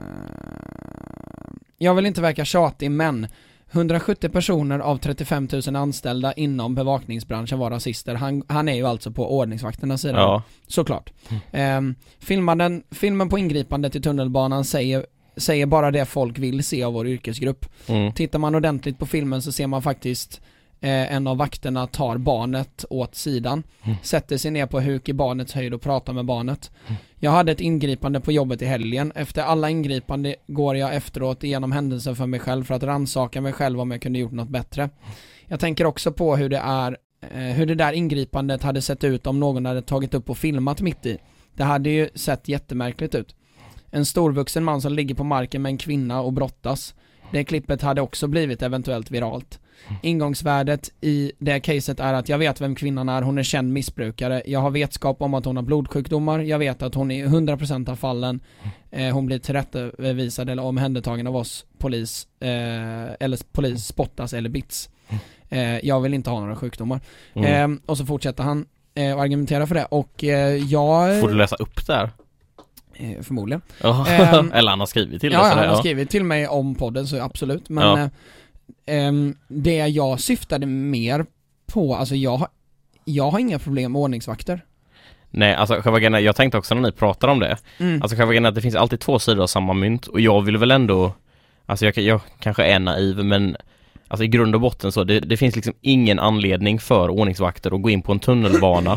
jag vill inte verka tjatig, men hundrasjuttio personer av trettiofem tusen anställda inom bevakningsbranschen var rasister. Han, han är ju alltså på ordningsvakternas sida. Ja. Såklart. Ehm, filmen, filmen på ingripandet i tunnelbanan säger, säger bara det folk vill se av vår yrkesgrupp. Mm. Tittar man ordentligt på filmen så ser man faktiskt eh, en av vakterna tar barnet åt sidan, Mm. sätter sig ner på huk i barnets höjd och pratar med barnet. Jag hade ett ingripande på jobbet i helgen. Efter alla ingripande går jag efteråt igenom händelsen för mig själv för att rannsaka mig själv om jag kunde gjort något bättre. Jag tänker också på hur det är eh, hur det där ingripandet hade sett ut om någon hade tagit upp och filmat mitt i. Det hade ju sett jättemärkligt ut. En storvuxen man som ligger på marken med en kvinna och brottas. Det klippet hade också blivit eventuellt viralt. Ingångsvärdet i det caset är att jag vet vem kvinnan är, hon är känd missbrukare. Jag har vetskap om att hon har blodsjukdomar. Jag vet att hon i hundra procent av fallen eh, hon blir tillrättavisad eller omhändertagen av oss polis eh, eller polis spottas eller bits. Eh, jag vill inte ha några sjukdomar. Mm. Eh, och så fortsätter han eh, och argumentera för det. Och eh, jag... Får du läsa upp där? Eh, förmodligen. Ja. Ehm, Eller han har skrivit till Ja, det, ja, så han det, har ja. skrivit till mig om podden så absolut. Men Ja. eh, ehm, det jag syftade mer på, alltså jag har, jag har inga problem med ordningsvakter. Nej, alltså själva grejen är- jag tänkte också när ni pratar om det. Mm. Alltså själva grejen är att det finns alltid två sidor av samma mynt. Och jag vill väl ändå, alltså jag, jag kanske är naiv, men alltså i grund och botten så, det, det finns liksom ingen anledning för ordningsvakter att gå in på en tunnelbana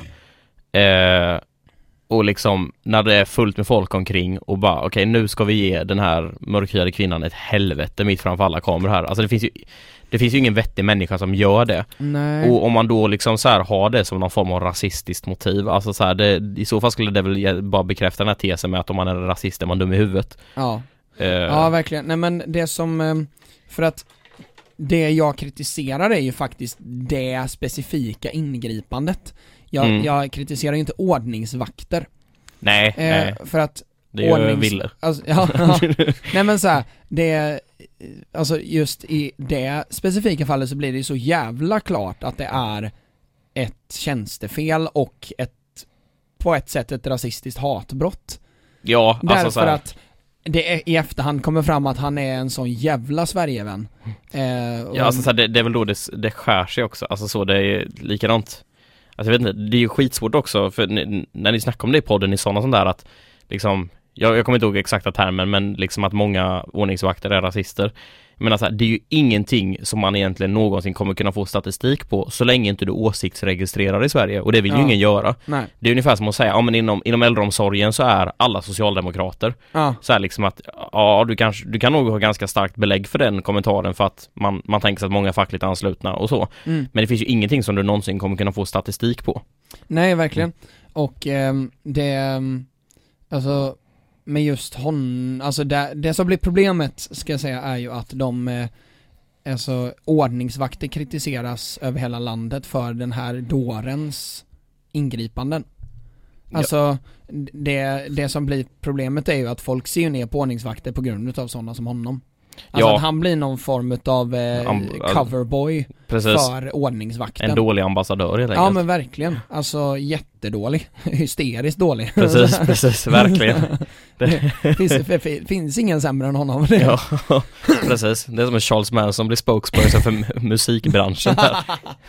eh, och liksom när det är fullt med folk omkring och bara okej, okay, nu ska vi ge den här mörkhyade kvinnan ett helvete mitt framför alla kameror här. Alltså det finns ju det finns ju ingen vettig människa som gör det. Nej. Och om man då liksom så här har det som någon form av rasistiskt motiv, alltså så här, det, i så fall skulle det väl ge- bara bekräfta den här tesen med att om man är rasist är man dum i huvudet. Ja. Eh, Ja, verkligen. Nej, men det som, eh, för att det jag kritiserar är ju faktiskt det specifika ingripandet. Jag, Mm. jag kritiserar ju inte ordningsvakter. nej, Eh, nej, för att det gör ordnings- Ville. Alltså, ja, ja. Nej men så här, det, alltså just i det specifika fallet så blir det ju så jävla klart att det är ett tjänstefel och ett, på ett sätt ett rasistiskt hatbrott. Ja, alltså Därför så här, att det är, i efterhand kommer fram att han är en sån jävla Sverigevän. Eh, och- ja, alltså så här, det, det är väl då det, det skär sig också. Alltså så, det är likadant. Alltså jag vet inte, det är ju skitsvårt också för n- när ni snackar om det i podden, ni sa något sånt där att liksom, jag, jag kommer inte ihåg exakta termen, men liksom att många ordningsvakter är rasister. Men alltså, det är ju ingenting som man egentligen någonsin kommer kunna få statistik på så länge inte du åsiktsregistrerar i Sverige, och det vill ja. ju ingen göra. Nej. Det är ungefär som att säga, ja men inom, inom äldreomsorgen så är alla socialdemokrater. Ja. Så är liksom att, ja du, kanske, du kan nog ha ganska starkt belägg för den kommentaren för att man, man tänker sig att många är fackligt anslutna och så. Mm. Men det finns ju ingenting som du någonsin kommer kunna få statistik på. Nej, verkligen. Mm. Och eh, det, alltså med just hon, alltså det, det som blir problemet ska jag säga är ju att de eh, alltså ordningsvakter kritiseras över hela landet för den här dårens ingripanden. Alltså ja. det, det som blir problemet är ju att folk ser ner på ordningsvakter på grund av sådana som honom. Alltså ja. att han blir någon form av eh, Amb- coverboy Precis. för ordningsvakten. En dålig ambassadör helt enkelt. Ja men verkligen. Alltså jättedålig. Hysteriskt dålig. Precis, precis. Verkligen. Det finns, finns ingen sämre än honom. Det. Ja, precis. Det är som en Charles Manson blir spokesperson för musikbranschen här.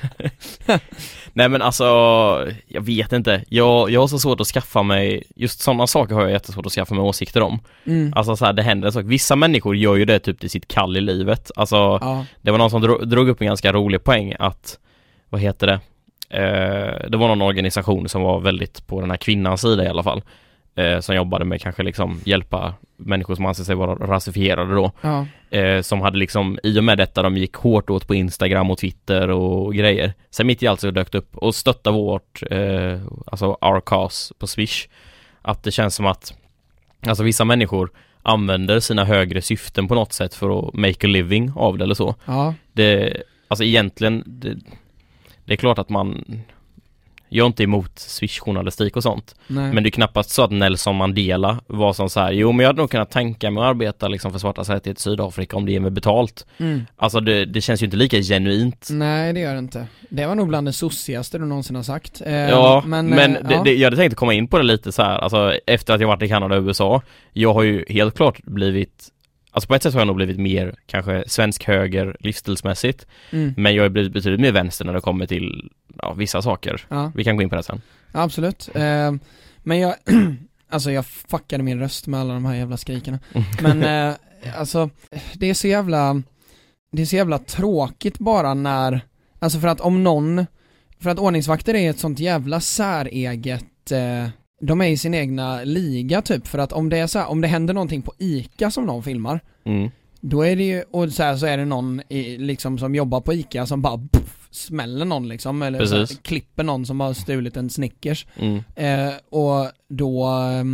Nej men alltså, jag vet inte. Jag, jag har så svårt att skaffa mig, just sådana saker har jag jättesvårt att skaffa mig åsikter om. Mm. Alltså så här, det händer en sak. Vissa människor gör ju det typ till sitt kall i livet. Alltså, ja. det var någon som drog, drog upp en ganska rolig poäng att, vad heter det? Eh, det var någon organisation som var väldigt på den här kvinnans sida i alla fall. Eh, som jobbade med kanske liksom hjälpa människor som anser sig vara rasifierade då. Ja. Eh, som hade liksom, i och med detta, de gick hårt åt på Instagram och Twitter och grejer. Sen mitt i allt så dök upp och stötta vårt, eh, alltså our cause på Swish. Att det känns som att, alltså vissa människor använder sina högre syften på något sätt för att make a living av det eller så. Ja. Det, alltså egentligen, det, det är klart att man... Jag är inte emot Swish-journalistik och sånt. Nej. Men det är knappast så att Nelson Mandela var som så här, jo men jag hade nog kunnat tänka mig att arbeta liksom för svarta rättigheter i Sydafrika om det ger mig betalt. Mm. Alltså det, det känns ju inte lika genuint. Nej, det gör det inte. Det var nog bland det sossigaste du någonsin har sagt. Eh, ja, men, men eh, det, ja. Det, jag hade tänkt komma in på det lite så här, alltså efter att jag varit i Kanada och U S A. Jag har ju helt klart blivit, alltså på ett sätt har jag nog blivit mer kanske svensk höger livsstilsmässigt. Mm. Men jag har blivit betydligt mer vänster när det kommer till ja, vissa saker. Ja. Vi kan gå in på det sen. Ja, absolut. Eh, men jag alltså jag fuckade min röst med alla de här jävla skrikerna. Men eh, alltså det är så jävla det är så jävla tråkigt bara när, alltså för att om någon, för att ordningsvakter är ett sånt jävla säreget eh, de är i sin egna liga typ, för att om det är så här, om det händer någonting på ICA som någon filmar, mm. då är det ju, och så här så är det någon i, liksom som jobbar på ICA som bara puff, smäller någon liksom, eller så här, klipper någon som har stulit en Snickers. Mm. Eh, och då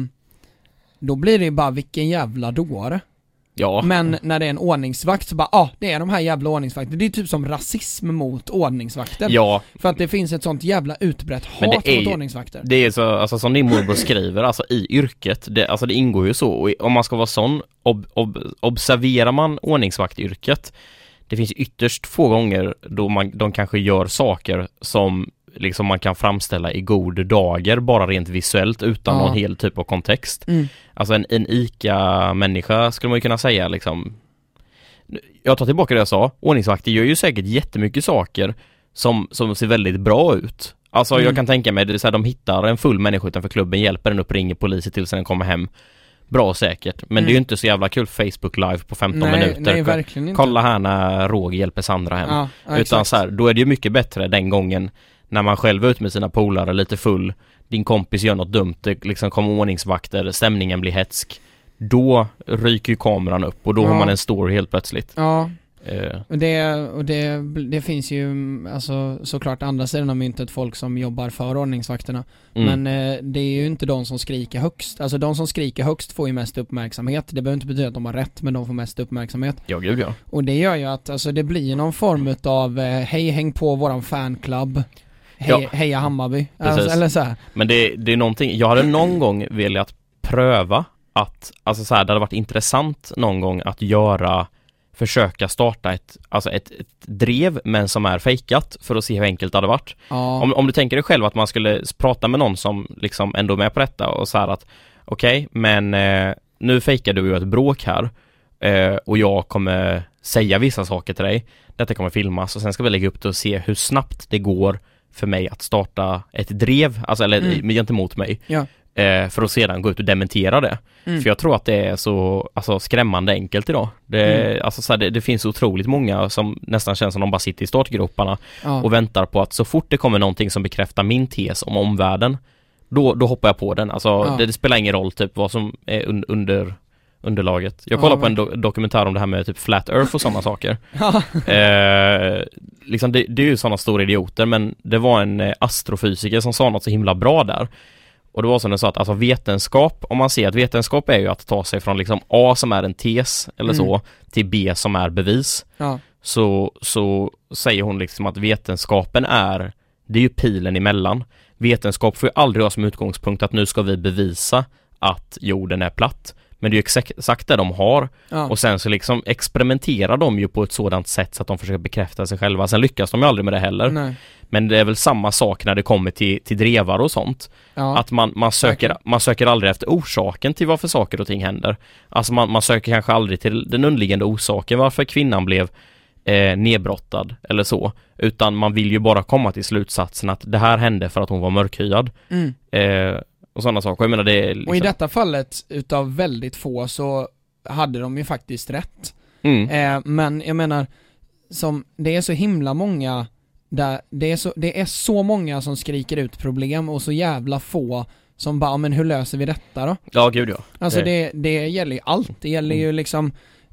då blir det ju bara vilken jävla dåre. Ja. Men när det är en ordningsvakt så bara, ja, ah, det är de här jävla ordningsvakter. Det är typ som rasism mot ordningsvakter. Ja. För att det finns ett sånt jävla utbrett hat mot är, ordningsvakter. Det är så, alltså som din morbror skriver, alltså i yrket, det, alltså det ingår ju så. Och om man ska vara sån, ob, ob, observerar man ordningsvaktyrket, det finns ytterst få gånger då man, de kanske gör saker som liksom man kan framställa i god dager bara rent visuellt utan ja. någon hel typ av kontext. Mm. Alltså en, en ICA-människa skulle man ju kunna säga liksom. Jag tar tillbaka det jag sa. Ordningsvakter gör ju säkert jättemycket saker som, som ser väldigt bra ut. Alltså mm. jag kan tänka mig, det är så här, de hittar en full människa utanför klubben, hjälper den upp, ringer polisen till sen den kommer hem. Bra säkert, men mm. det är ju inte så jävla kul Facebook live på femton nej, minuter. Nej, verkligen inte. Kolla här när Roger hjälper Sandra hem. Ja, ja, utan så här, då är det ju mycket bättre den gången när man själv är ut med sina polare lite full, din kompis gör något dumt, det liksom kommer ordningsvakter, stämningen blir hetsk. Då ryker ju kameran upp och då ja. har man en story helt plötsligt. Ja. Uh. Och, det, och det, det finns ju alltså, såklart andra sidan av myntet, folk som jobbar för ordningsvakterna. Mm. Men eh, det är ju inte de som skriker högst. Alltså de som skriker högst får ju mest uppmärksamhet. Det behöver inte betyda att de har rätt, men de får mest uppmärksamhet. Ja, gud ja. Och det gör ju att alltså, det blir någon form av eh, hej, häng på våran fanclub. Hej, ja. Heja Hammarby. Alltså, eller så här. Men det, det är någonting, jag hade någon gång velat pröva att, alltså så här, det hade varit intressant någon gång att göra, försöka starta ett, alltså ett, ett drev men som är fejkat för att se hur enkelt det hade varit. Ja. Om, om du tänker dig själv att man skulle prata med någon som liksom ändå är med på detta och så här att okej, okay, men eh, nu fejkar du ju ett bråk här eh, och jag kommer säga vissa saker till dig. Detta kommer filmas och sen ska vi lägga upp det och se hur snabbt det går för mig att starta ett drev, alltså eller mm. gentemot mig. Ja. eh, för att sedan gå ut och dementera det. Mm. För jag tror att det är så alltså, skrämmande enkelt idag. Det, mm. alltså, så här, det, det finns otroligt många som nästan känns som de bara sitter i startgroparna ja. och väntar på att så fort det kommer någonting som bekräftar min tes om omvärlden, då, då hoppar jag på den. Alltså, ja. det, det spelar ingen roll typ vad som är un, under underlaget. Jag kollar ja, på en do- dokumentär om det här med typ Flat Earth och sådana saker. eh, liksom det, det är ju sådana stora idioter, men det var en eh, astrofysiker som sa något så himla bra där. Och det var som den sa att alltså vetenskap, om man ser att vetenskap är ju att ta sig från liksom A som är en tes eller mm. så till B som är bevis. Ja. Så, så säger hon liksom att vetenskapen är, det är ju pilen emellan. Vetenskap får ju aldrig ha som utgångspunkt att nu ska vi bevisa att jorden är platt. Men det är ju exakt, exakt det de har. Ja. Och sen så liksom experimenterar de ju på ett sådant sätt så att de försöker bekräfta sig själva. Sen lyckas de ju aldrig med det heller. Nej. Men det är väl samma sak när det kommer till, till drevar och sånt. Ja. Att man, man, söker, man söker aldrig efter orsaken till varför saker och ting händer. Alltså man, man söker kanske aldrig till den underliggande orsaken varför kvinnan blev eh, nedbrottad eller så. Utan man vill ju bara komma till slutsatsen att det här hände för att hon var mörkhyad. Mm. Eh, och sådana saker. Jag menar, det är liksom... Och i detta fallet utav väldigt få så hade de ju faktiskt rätt. Mm. Eh, men jag menar, som det är så himla många där, det är så, det är så många som skriker ut problem och så jävla få som bara, men hur löser vi detta då? Ja, gud ja. Alltså det, det gäller ju allt. Det gäller mm. ju liksom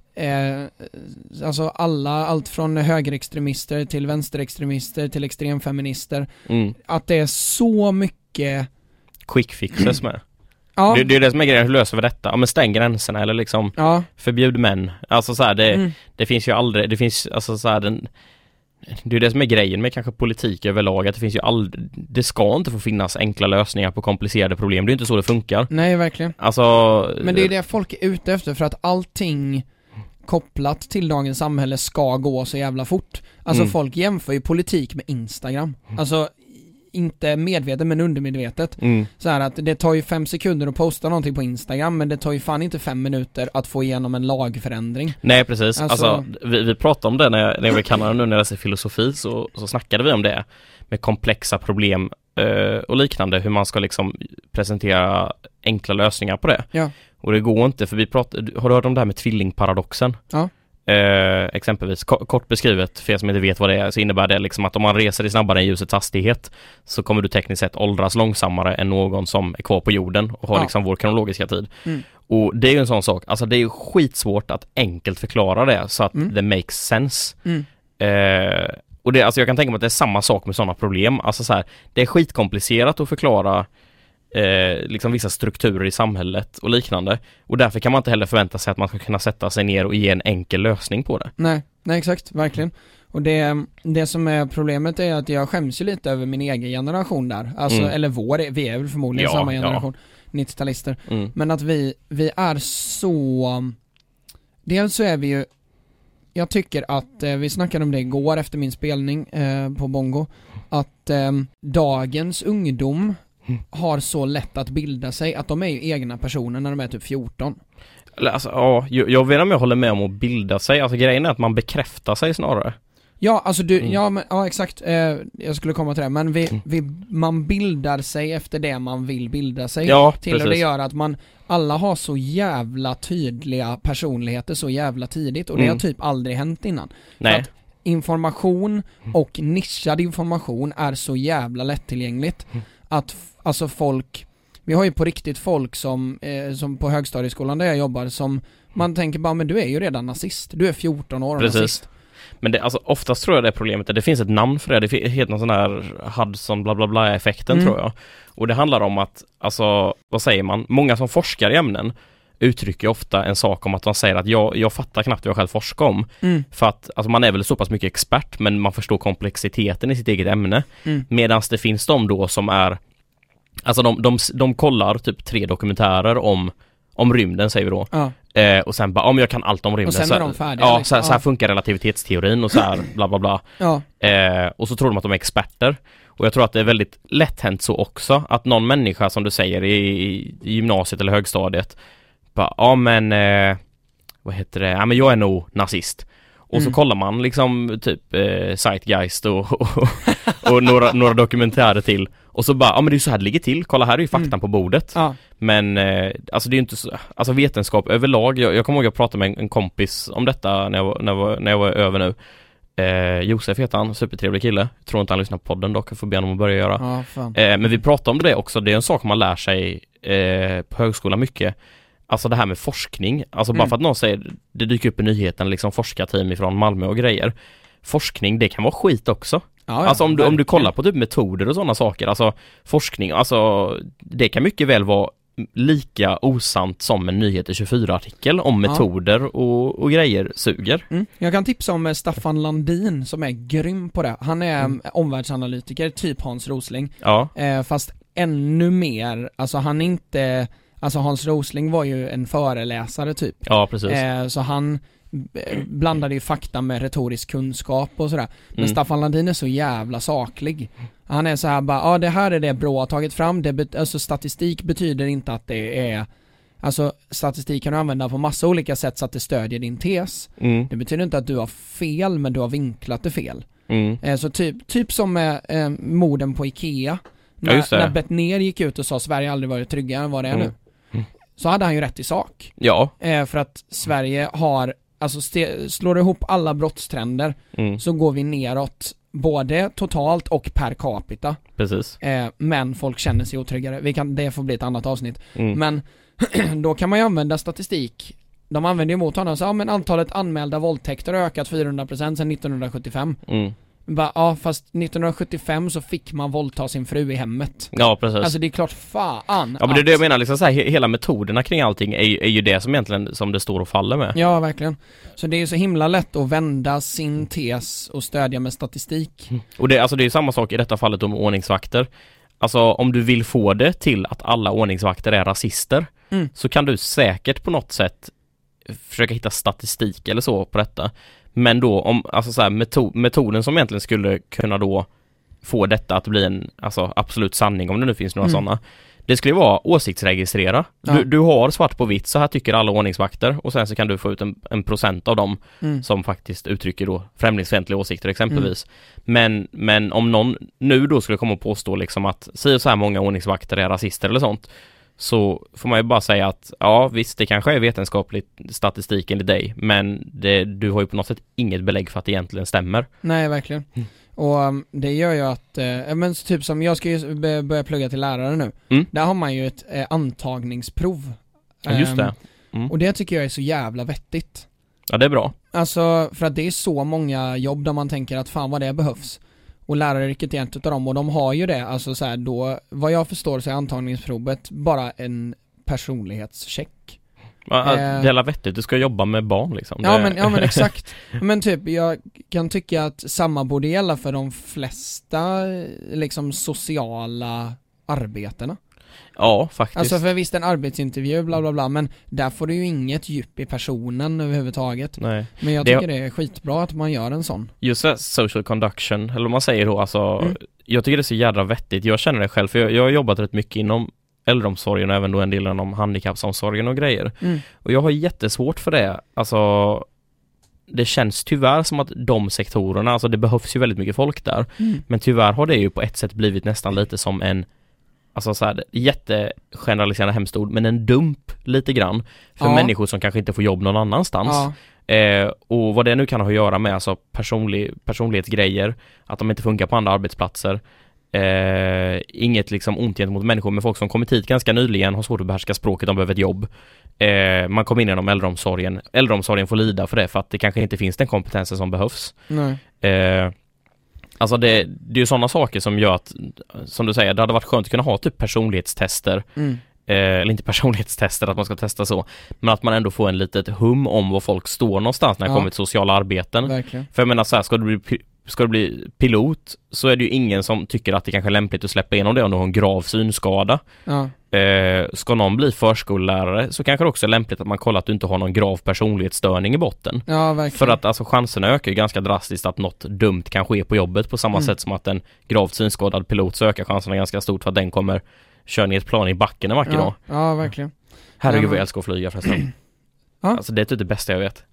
eh, alltså alla, allt från högerextremister till vänsterextremister till extremfeminister. Mm. Att det är så mycket quick fixes med. Ja. Det, det är det som är grejen, hur löser vi detta? Ja, men stäng gränserna eller liksom ja. förbjud män. Alltså så här, det, mm. det finns ju aldrig, det finns alltså så här, den, det är det som är grejen med kanske politik överlag, att det finns ju aldrig, det ska inte få finnas enkla lösningar på komplicerade problem. Det är inte så det funkar. Nej, verkligen. Alltså, men det är det folk är ute efter, för att allting kopplat till dagens samhälle ska gå så jävla fort. Alltså mm. folk jämför ju politik med Instagram. Alltså inte medvetet men undermedvetet. Mm. Så här att det tar ju fem sekunder att posta någonting på Instagram, men det tar ju fan inte fem minuter att få igenom en lagförändring. Nej, precis. Alltså, alltså vi, vi pratade om det när jag, när jag var i Kanada nu när jag läste filosofi, så, så snackade vi om det med komplexa problem eh, och liknande, hur man ska liksom presentera enkla lösningar på det. Ja. Och det går inte, för vi pratade, har du hört om det här med tvillingparadoxen? Ja. Eh, exempelvis, k- kort beskrivet för er som inte vet vad det är, så innebär det liksom att om man reser i snabbare än ljusets hastighet så kommer du tekniskt sett åldras långsammare än någon som är kvar på jorden och har ja. liksom vår kronologiska tid. Mm. Och det är ju en sån sak, alltså det är ju skitsvårt att enkelt förklara det så att mm. det makes sense. Mm. Eh, och det, alltså jag kan tänka mig att det är samma sak med sådana problem. Alltså så här, det är skitkomplicerat att förklara Eh, liksom vissa strukturer i samhället och liknande, och därför kan man inte heller förvänta sig att man ska kunna sätta sig ner och ge en enkel lösning på det. Nej, nej exakt, verkligen. Och det, det som är problemet är att jag skäms ju lite över min egen generation där, alltså, mm. eller vår, vi är väl förmodligen ja, samma generation, ja. nittio-talister, mm. men att vi, vi är så, dels så är vi ju, jag tycker att eh, vi snackade om det igår efter min spelning eh, på Bongo, att eh, dagens ungdom har så lätt att bilda sig att de är ju egna personer när de är typ fjorton. Alltså, ja, jag, jag vet inte om jag håller med om att bilda sig. Alltså grejen är att man bekräftar sig snarare. Ja, alltså du, mm. ja, men, ja exakt, eh, jag skulle komma till det, men vi, mm. vi, man bildar sig efter det man vill bilda sig ja, till, precis. Och det gör att man, alla har så jävla tydliga personligheter så jävla tidigt, och det mm. har typ aldrig hänt innan. Nej. För att information och nischad information är så jävla lättillgängligt mm. att alltså folk, vi har ju på riktigt folk som, eh, som på högstadieskolan där jag jobbar, som man tänker bara, men du är ju redan nazist, du är fjorton år och precis. Nazist. Men det, alltså, oftast tror jag det är problemet, det finns ett namn för det, det heter någon sån här Hudson bla bla bla effekten mm. tror jag. Och det handlar om att, alltså, vad säger man, många som forskar i ämnen uttrycker ofta en sak om att man säger att jag, jag fattar knappt vad jag själv forskar om. Mm. För att alltså, man är väl så pass mycket expert, men man förstår komplexiteten i sitt eget ämne. Mm. Medan det finns de då som är, alltså de, de, de kollar typ tre dokumentärer om, om rymden, säger vi då. Ja. Eh, och sen bara, om jag kan allt om rymden. Och sen så, är de färdiga. Ja, liksom. så, så här funkar relativitetsteorin och så här bla bla bla. Ja. Eh, och så tror de att de är experter. Och jag tror att det är väldigt lätt hänt så också, att någon människa, som du säger, i, i gymnasiet eller högstadiet bara, ja men, eh, vad heter det? Ja men jag är nog nazist. Och så Mm. kollar man liksom typ eh, Zeitgeist och, och, och några, några dokumentärer till. Och så bara, ja men det är så här det ligger till. Kolla, här är ju faktan Mm. på bordet. Ja. Men eh, alltså det är ju inte så, alltså vetenskap överlag. Jag, jag kommer ihåg att jag pratade med en, en kompis om detta när jag, var- när jag, var, när jag var över nu. Eh, Josef heter han, supertrevlig kille. Jag tror inte han lyssnar på podden dock, jag får be honom att börja göra. Ja, fan. Eh, men vi pratade om det också, det är en sak man lär sig eh, på högskolan mycket. Alltså det här med forskning, alltså bara Mm. för att någon säger, det dyker upp i nyheten liksom forskarteam ifrån Malmö och grejer. Forskning, det kan vara skit också. Ja, ja, alltså om du, om du verkligen. kollar på typ metoder och sådana saker, alltså forskning, alltså det kan mycket väl vara lika osant som en nyheter tjugofyra-artikel om Ja. metoder och, och grejer suger. Mm. Jag kan tipsa om eh, Staffan Landin som är grym på det. Han är mm. omvärldsanalytiker, typ Hans Rosling. Ja, Eh, fast ännu mer, alltså han är inte, alltså Hans Rosling var ju en föreläsare typ. ja precis. Eh, så han eh, blandade ju fakta med retorisk kunskap och sådär. Men Mm. Staffan Landin är så jävla saklig. Han är så här bara, ja det här är det Brå har tagit fram. Det bet- alltså statistik betyder inte att det är, alltså statistik kan du använda på massa olika sätt så att det stödjer din tes. Mm. Det betyder inte att du har fel, men du har vinklat det fel. Mm. Eh, så typ, typ som med eh, morden på Ikea. Ja, just När, det. när Bettner gick ut och sa Sverige aldrig varit tryggare än vad det är Mm. nu. Mm. Så hade han ju rätt i sak. Ja. Eh, för att Sverige har, alltså ste- slår ihop alla brottstrender Mm. så går vi neråt både totalt och per capita. Precis. Eh, men folk känner sig otryggare. Vi kan, det får bli ett annat avsnitt. Mm. Men då kan man ju använda statistik. De använder ju emot honom så ja, men antalet anmälda våldtäkter har ökat fyrahundra procent sedan nittonhundrasjuttiofem. Mm. Bara, ja, fast nittonhundrasjuttiofem så fick man våldta sin fru i hemmet. Ja, precis. Alltså det är klart fan. ja, men det är det jag menar, liksom så här, he- hela metoderna kring allting är, ju- är ju det som egentligen som det står och faller med. Ja, verkligen. Så det är ju så himla lätt att vända sin tes och stödja med statistik. Och det, alltså det är ju samma sak i detta fallet om ordningsvakter. Alltså om du vill få det till att alla ordningsvakter är rasister, Mm. så kan du säkert på något sätt försöka hitta statistik eller så på detta. Men då om, alltså så här, metod, metoden som egentligen skulle kunna då få detta att bli en alltså, absolut sanning, om det nu finns några Mm. sådana. Det skulle vara åsiktsregistrera. Ja. Du, du har svart på vitt, så här tycker alla ordningsvakter, och sen så kan du få ut en, en procent av dem Mm. som faktiskt uttrycker då främlingsfientliga åsikter exempelvis. Men, men om någon nu då skulle komma och påstå liksom att säger så här många ordningsvakter är rasister eller sånt, så får man ju bara säga att ja visst, det kanske är vetenskaplig statistik enligt dig, men det, du har ju på något sätt inget belägg för att det egentligen stämmer. Nej, verkligen. Mm. Och um, det gör ju att, eh, men typ som jag ska ju b- börja plugga till lärare nu. Mm. Där har man ju ett eh, antagningsprov. Ja, just det. Ehm, Mm. Och det tycker jag är så jävla vettigt. Ja, det är bra. Alltså, för att det är så många jobb där man tänker att fan vad det behövs. Och läraryrket är ett av dem, och de har ju det, alltså så här, då, vad jag förstår så är antagningsprovet bara en personlighetscheck. Ja, Eh. det är hela vettigt, du ska jobba med barn liksom. Ja det... men, ja men exakt. Men typ, jag kan tycka att samma borde gälla för de flesta liksom sociala arbetena. Ja, faktiskt. Alltså för visst en arbetsintervju bla bla bla, men där får du ju inget djup i personen överhuvudtaget. Nej. Men jag Det- tycker det är skitbra att man gör en sån. Just det, social conduction, eller vad man säger då, alltså Mm. jag tycker det är så jävla vettigt. Jag känner det själv, för jag, jag har jobbat rätt mycket inom äldreomsorgen och även då en del inom handikappsomsorgen och grejer. Mm. Och jag har jättesvårt för det. Alltså det känns tyvärr som att de sektorerna, alltså det behövs ju väldigt mycket folk där. Mm. Men tyvärr har det ju på ett sätt blivit nästan lite som en, alltså så här, jättegeneraliserande hemskt ord, men en dump lite grann för Ja. människor som kanske inte får jobb någon annanstans. Ja. Eh, och vad det nu kan ha att göra med, alltså personlig, personlighetsgrejer, att de inte funkar på andra arbetsplatser. Eh, inget liksom ont gentemot människor, men folk som kommit hit ganska nyligen har svårt att behärska språket, de behöver ett jobb. Eh, man kommer in genom äldreomsorgen. Äldreomsorgen får lida för det, för att det kanske inte finns den kompetensen som behövs. Nej. Eh, alltså det, det är ju sådana saker som gör att, som du säger, det hade varit skönt att kunna ha typ personlighetstester. Mm. Eh, eller inte personlighetstester, att man ska testa så, men att man ändå får en litet hum om var folk står någonstans när det Ja. kommer till sociala arbeten. Verkligen. För jag menar så här, ska du bli pi- ska du bli pilot, så är det ju ingen som tycker att det kanske är lämpligt att släppa igenom det om du har en grav synskada. Ja. Eh, ska någon bli förskollärare, så kanske det också är lämpligt att man kollar att du inte har någon grav personlighetsstörning i botten. Ja, verkligen. För att alltså chanserna ökar ju ganska drastiskt att något dumt kan ske på jobbet, på samma Mm. sätt som att en gravt synskadad pilot, så ökar chanserna ganska stort för att den kommer köra ner ett plan i backen en vacker dag. ja, ja, verkligen. Herregud Ja, vad men- jag älskar att flyga förresten. Ja. Alltså det är typ det bästa jag vet.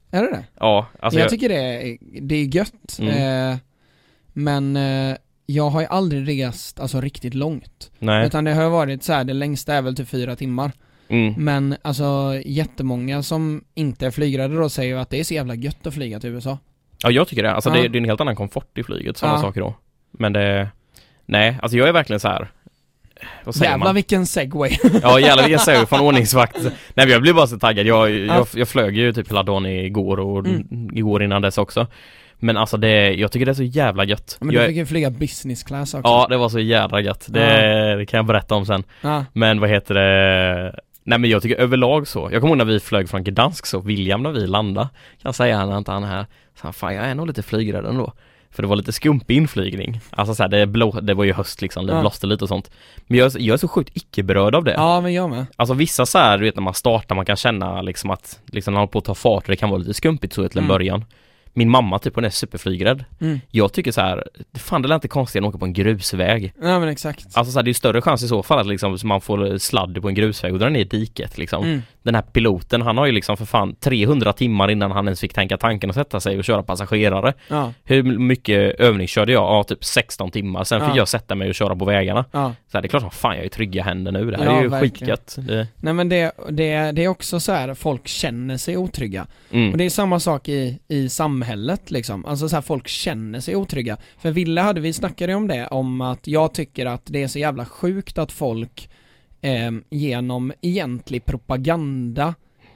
Är det det? Ja, alltså jag, jag, tycker det är, det är gött. Mm. Eh, men eh, jag har ju aldrig rest alltså riktigt långt. nej. Utan det har varit så här, det längsta är väl till fyra timmar. Mm. Men alltså jättemånga som inte är flygrädda då säger ju att det är så jävla gött att flyga till U S A. Ja, jag tycker det. Alltså Ja. det, det är en helt annan komfort i flyget, sådana Ja. saker då. Men det, nej, alltså jag är verkligen så här. Vad säger Jävlar man? vilken segway. Ja, jävlar vilken segway från ordningsvakt. Nej, men jag blir bara så taggad. Jag, Ja. jag, jag flög ju typ hela dagen igår och Mm. igår innan dess också. Men alltså det, jag tycker det är så jävla gött. Men jag, du fick ju flyga business class också. ja, det var så jävla gött. Det, det kan jag berätta om sen. Ja. Men vad heter det? Nej, men jag tycker överlag så. Jag kommer ihåg när vi flög från Gdansk så, William när vi landade, kan säga när inte han är här. Så han, fan jag är nog lite flygrädd ändå. För det var lite skumpig inflygning. Alltså så här, det, blå, det var ju höst liksom, det Ja. blåste lite och sånt. Men jag, jag är så sjukt icke-berörd av det. Ja, men jag med. Alltså vissa så här, du vet när man startar, man kan känna liksom att liksom när man håller på att ta fart och det kan vara lite skumpigt så till en Mm. början. Min mamma typ, hon är superflygrädd. Mm. Jag tycker så här, fan det är inte konstigt att åka på en grusväg. Ja, men exakt. Alltså så här, det är ju större chans i så fall att liksom man får sladd på en grusväg och drar ner i diket liksom. Mm. Den här piloten, han har ju liksom för fan trehundra timmar innan han ens fick tänka tanken att sätta sig och köra passagerare. Ja, Hur mycket övning körde jag? Ja, typ sexton timmar. Sen fick Ja. jag sätta mig och köra på vägarna. ja. Så här, det är klart som fan jag är i trygga händer nu. Det här Ja, är ju verkligen. skitgött. Det, Nej, men det, det, det är också så här, folk känner sig otrygga. mm. Och det är samma sak i, i samhället liksom. Alltså så här, folk känner sig otrygga. För Ville hade vi snackade om det, om att jag tycker att det är så jävla sjukt att folk eh, genom egentlig propaganda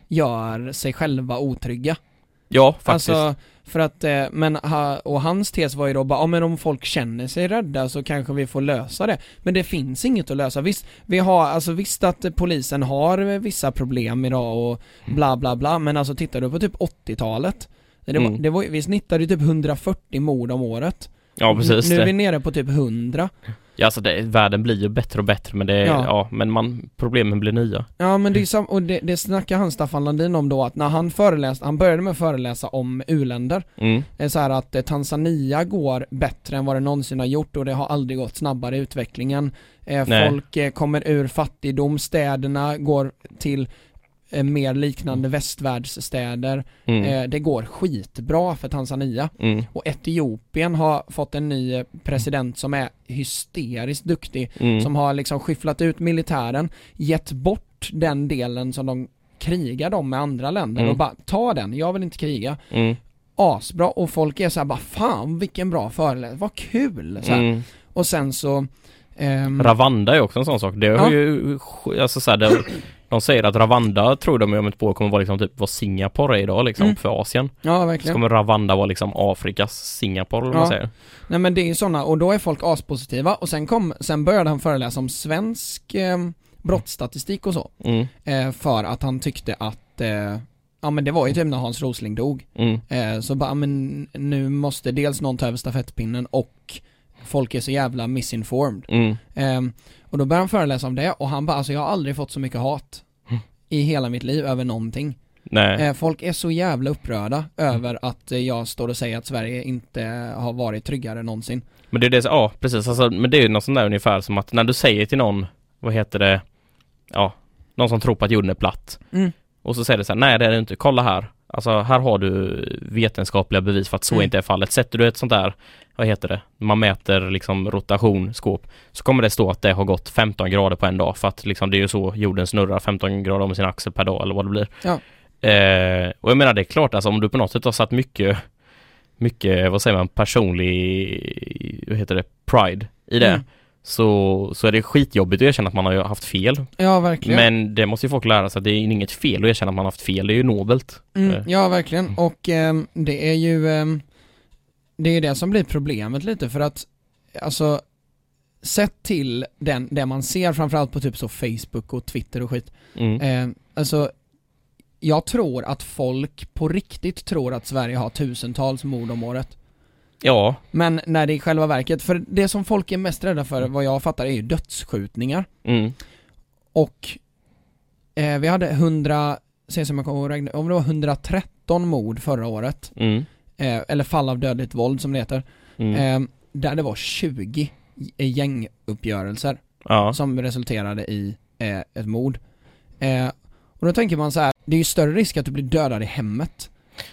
gör sig själva otrygga. Ja, faktiskt. Alltså, för att, eh, men, ha, och hans tes var ju då bara, ja men om folk känner sig rädda så kanske vi får lösa det. Men det finns inget att lösa. Visst, vi har, alltså visst att eh, polisen har vissa problem idag och bla bla bla, men alltså tittar du på typ åttiotalet, det var, Mm. det var, vi snittade ju typ hundrafyrtio mord om året. Ja, precis. Nu är det. vi nere på typ hundra. Ja, alltså det, världen blir ju bättre och bättre, men det, Ja. ja. men man, problemen blir nya. Ja, men det är sam- och det, det snackar han Staffan Landin om då, att när han föreläste, han började med att föreläsa om u-länder. Mm. Det är så här att eh, Tanzania går bättre än vad det någonsin har gjort och det har aldrig gått snabbare i utvecklingen. Eh, Nej. folk eh, kommer ur fattigdom, städerna går till eh, mer liknande västvärldsstäder. Mm. Eh, det går skitbra för Tanzania. Mm. Och Etiopien har fått en ny eh, president som är hysteriskt duktig, Mm. som har liksom skifflat ut militären, gett bort den delen som de krigar om med andra länder Mm. och bara ta den, jag vill inte kriga. Mm. Asbra, och folk är så här bara fan vilken bra föreläsning, vad kul så här. Mm. Och sen så ehm, Ravanda är också en sån sak. Det har Ja. ju, alltså så här, det, de säger att Ravanda tror de om ett på kommer vara liksom typ vad Singapore är idag liksom Mm. för Asien. ja Så verkligen. kommer Ravanda vara liksom Afrikas Singapore eller vad Ja. man säger. Nej men det är ju sådana, och då är folk aspositiva, och sen kom, sen började han föreläsa om svensk ehm, brottsstatistik och så, Mm. eh, för att han tyckte att eh, ja men det var ju typ när Hans Rosling dog. Mm. Eh, så bara, men nu måste dels någon ta över stafettpinnen och folk är så jävla misinformed. Mm. Eh, och då började han föreläsa om det och han bara, alltså jag har aldrig fått så mycket hat i hela mitt liv över någonting. Nej. Eh, folk är så jävla upprörda över att eh, jag står och säger att Sverige inte har varit tryggare någonsin. Men det är det, ja precis, alltså, men det är ju något sånt där ungefär som att när du säger till någon, vad heter det, ja, någon som tror på att jorden är platt, Mm. och så säger det så här, nej det är det inte, kolla här, alltså här har du vetenskapliga bevis för att så Mm. inte är fallet. Sätter du ett sånt där, vad heter det, man mäter liksom rotation, skåp, så kommer det stå att det har gått femton grader på en dag, för att liksom det är ju så jorden snurrar, femton grader om sin axel per dag eller vad det blir. Ja. Eh, och jag menar det är klart, alltså om du på något sätt har satt mycket mycket, vad säger man, personlig, vad heter det, pride i det, Mm. så, så är det skitjobbigt att erkänna att man har haft fel. Ja, verkligen. Men det måste ju folk lära sig, att det är inget fel att erkänna att man har haft fel, det är ju nobelt. Mm, Eh, ja, verkligen. Och ehm, det är ju ehm, det är det som blir problemet lite, för att alltså sett till den, det man ser framförallt på typ så Facebook och Twitter och skit. Mm. Eh, alltså jag tror att folk på riktigt tror att Sverige har tusentals mord om året. Ja. Men när det i själva verket, för det som folk är mest rädda för, vad jag fattar, är ju dödsskjutningar. Mm. Och eh, vi hade hundra, se som jag kommer att räkna, om det var hundratretton mord förra året. Mm. Eh, eller fall av dödligt våld som det heter. Mm. Eh, där det var tjugo gänguppgörelser Ja. som resulterade i eh, ett mord. Eh, och då tänker man så här, det är ju större risk att du blir dödad i hemmet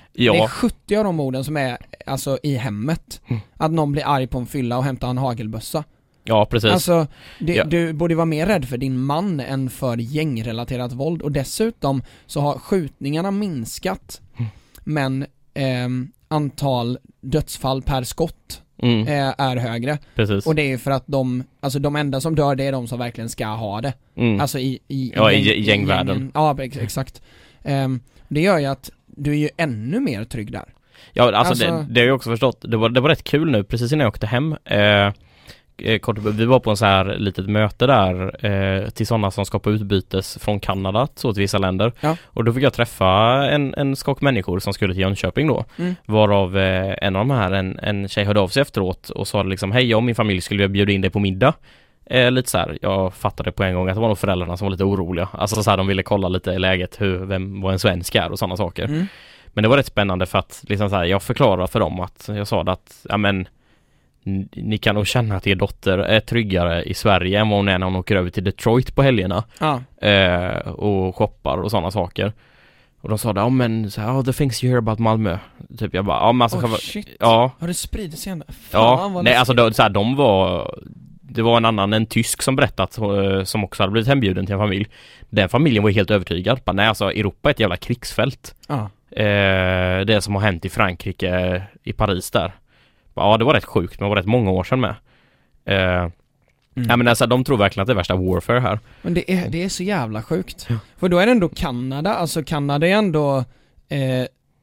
Ja. Det är sjuttio av de orden som är alltså i hemmet. Mm. Att någon blir arg på en fylla och hämtar en hagelbössa. Ja, precis. Alltså, det, Ja. du borde vara mer rädd för din man än för gängrelaterat våld. Och dessutom så har skjutningarna minskat. Mm. Men ehm, antal dödsfall per skott Mm, eh, är högre. precis. Och det är för att de, alltså de enda som dör, det är de som verkligen ska ha det. Mm. Alltså i, i, Ja, i gäng- gäng- gängvärlden. gängen. Ja, ex- exakt. Ehm, det gör ju att du är ju ännu mer trygg där. Ja, alltså, Alltså- Det, det har jag också förstått. Det var, det var rätt kul nu, precis innan jag åkte hem. Eh, eh, kort, vi var på en så här litet möte där eh, till sådana som ska på utbytes från Kanada så till vissa länder. Ja. Och då fick jag träffa en, en skock människor som skulle till Jönköping då. Mm. Varav eh, en av de här, en, en tjej hörde av sig efteråt och sa liksom, hej, jag och min familj skulle vilja bjuda in dig på middag. Eh, lite så här, jag fattade på en gång att det var nog föräldrarna som var lite oroliga. Alltså så här, de ville kolla lite i läget hur, vem, vad en svensk är och sådana saker. Mm. Men det var rätt spännande för att liksom så här, jag förklarade för dem att jag sa att ja, men, n- ni kan nog känna att er dotter är tryggare i Sverige än vad hon är när hon åker över till Detroit på helgerna Ja. eh, och shoppar och sådana saker. Och de sa det, ja men så här, oh, the things you hear about Malmö. Typ jag bara, ja men alltså Oh, själva- shit. ja, Har det spridit sig ändå? Fan, ja, vad nej läskigt. alltså de, så här, de var det var en annan, en tysk som berättat eh, som också hade blivit hembjuden till en familj. Den familjen var helt övertygad. Bara, nej alltså Europa är ett jävla krigsfält. Ja. Eh, det som har hänt i Frankrike, i Paris där. Ja, det var rätt sjukt, men det var rätt många år sedan med. Eh, Mm. ja, men alltså, de tror verkligen att det är värsta warfare här. Men det är, det är så jävla sjukt. För då är det ändå Kanada, alltså Kanada är ändå eh,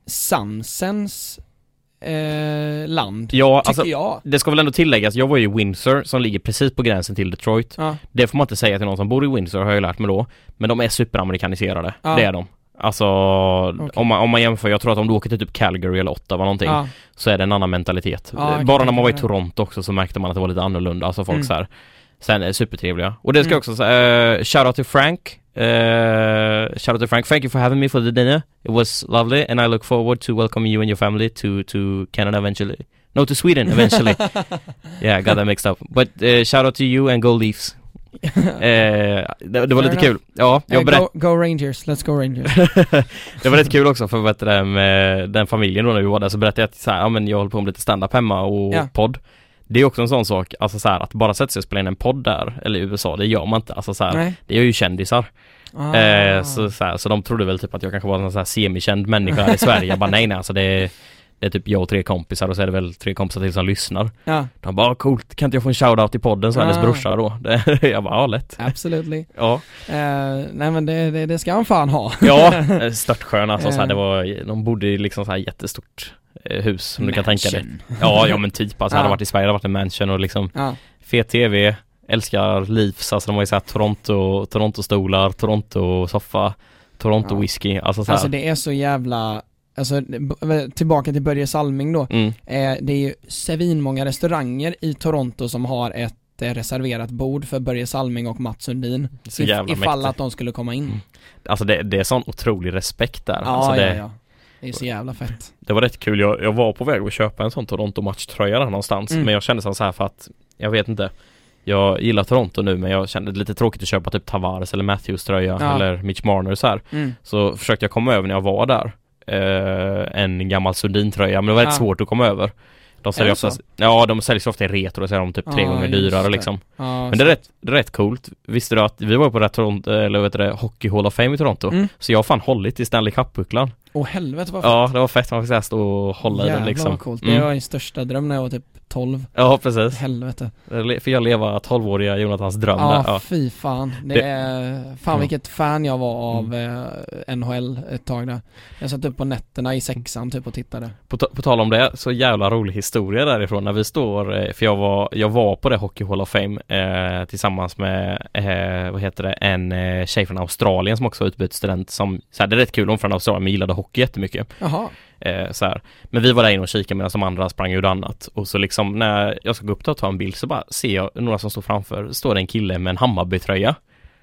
Sansens eh, land, Ja, tycker alltså, jag. det ska väl ändå tilläggas, jag var ju i Windsor som ligger precis på gränsen till Detroit. Ja. Det får man inte säga till någon som bor i Windsor, har jag lärt mig då. Men de är superamerikaniserade, Ja. det är de. Alltså, om, man, om man jämför, jag tror att om du åker till typ Calgary eller Ottawa någonting, Ja. så är det en annan mentalitet. Ja, jag kan Bara när tänka man var i mig det. Toronto också så märkte man att det var lite annorlunda. Alltså folk Mm. så här. Sen är det supertrevliga. Och det ska Mm. jag också säga, uh, shout out to Frank. Uh, shout out to Frank. Thank you for having me for the dinner. It was lovely and I look forward to welcoming you and your family to, to Canada eventually. No, to Sweden eventually. Yeah, I got that mixed up. But uh, shout out to you and go Leafs. uh, det, det var Fair lite kul. Ja, Eh, jag berätt- go, go Rangers, let's go Rangers. det var rätt kul också för vet du, med den familjen då när vi var där, så berättade jag att så här, ja, men jag håller på med lite stand-up hemma och Ja. podd. Det är också en sån sak, alltså så här, att bara sätta sig och spela in en podd där, eller i U S A, det gör man inte. Alltså så här, Nej. det är ju kändisar. Ah. Eh, så, så, här, så de trodde väl typ att jag kanske var en sån här semikänd människa här i Sverige. Jag bara nej nej, alltså det är, det är typ jag och tre kompisar och så är det väl tre kompisar till som lyssnar. Ja, De bara, ah, coolt, kan inte jag få en shoutout i podden? Så hennes Ah. brorsa då. Det, jag bara, ja lätt. absolutely. Ja, Eh, nej men det, det, det ska han fan ha. ja störtskön alltså, så här, Eh. det var, de bodde i liksom så här jättestort eh, hus som du kan tänka dig. Mansion. Ja, ja men typ, alltså Ja. hade varit i Sverige, hade varit en mansion och liksom Ja. fet tv, älskar Leafs, alltså de har ju såhär Toronto, Toronto-stolar, Toronto-soffa, Ja. Toronto-whisky, alltså såhär. Alltså det är så jävla, alltså b- tillbaka till Börje Salming då. Mm. Eh, det är ju svinmånga restauranger i Toronto som har ett eh, reserverat bord för Börje Salming och Mats Sundin. Så If, jävla ifall mäktigt. att de skulle komma in. Mm. Alltså det, det är sån otrolig respekt där. Ja, alltså det, ja, ja. Det är så jävla fett. det var rätt kul, jag, jag var på väg att köpa en sån Toronto-matchtröja där någonstans, Mm. men jag kände så här för att, jag vet inte, jag gillar Toronto nu, men jag kände det lite tråkigt att köpa typ Tavares eller Matthews tröja Ja. eller Mitch Marner så här. Mm. Så försökte jag komma över när jag var där eh, en gammal Sundin-tröja, men det var rätt Ja. svårt att komma över. De säljer det oftast, så? ja de säljer så ofta i retro, så är de typ tre Ja, gånger just dyrare det. liksom. Ja, Men det är, rätt, det är rätt coolt. Visste du att vi var på rätt Toronto, eller vet du det, Hockey Hall of Fame i Toronto? Mm. Så jag har fan hållit i Stanley Cup-bucklan. Åh helvete vad fett. Ja, det var fett, man fick såhär stå och hålla i den Jävlar liksom. vad coolt. Mm. Det var min största dröm när jag var typ tolv. Ja, precis. Helvete. Fick jag leva tolvåriga Jonathans dröm Ja, där. Ja. fy fan. Det, Det- är, fan Ja. vilket fan jag var av eh, N H L ett tag där. Jag satt upp på nätterna i sexan typ och tittade. På, ta- på tal om det, så jävla rolig historia därifrån när vi står, eh, för jag var, jag var på det Hockey Hall of Fame eh, tillsammans med, eh, vad heter det, en eh, tjej från Australien som också var utbytesstudent som, så här, det är rätt kul, hon från Australien men gillade hockey jättemycket. Jaha. Eh, så här. Men vi var där inne och kikade medan de andra sprang ut annat. Och så liksom när jag ska gå upp och ta en bild så bara ser jag några som står framför. Står det en kille med en Hammarby-tröja.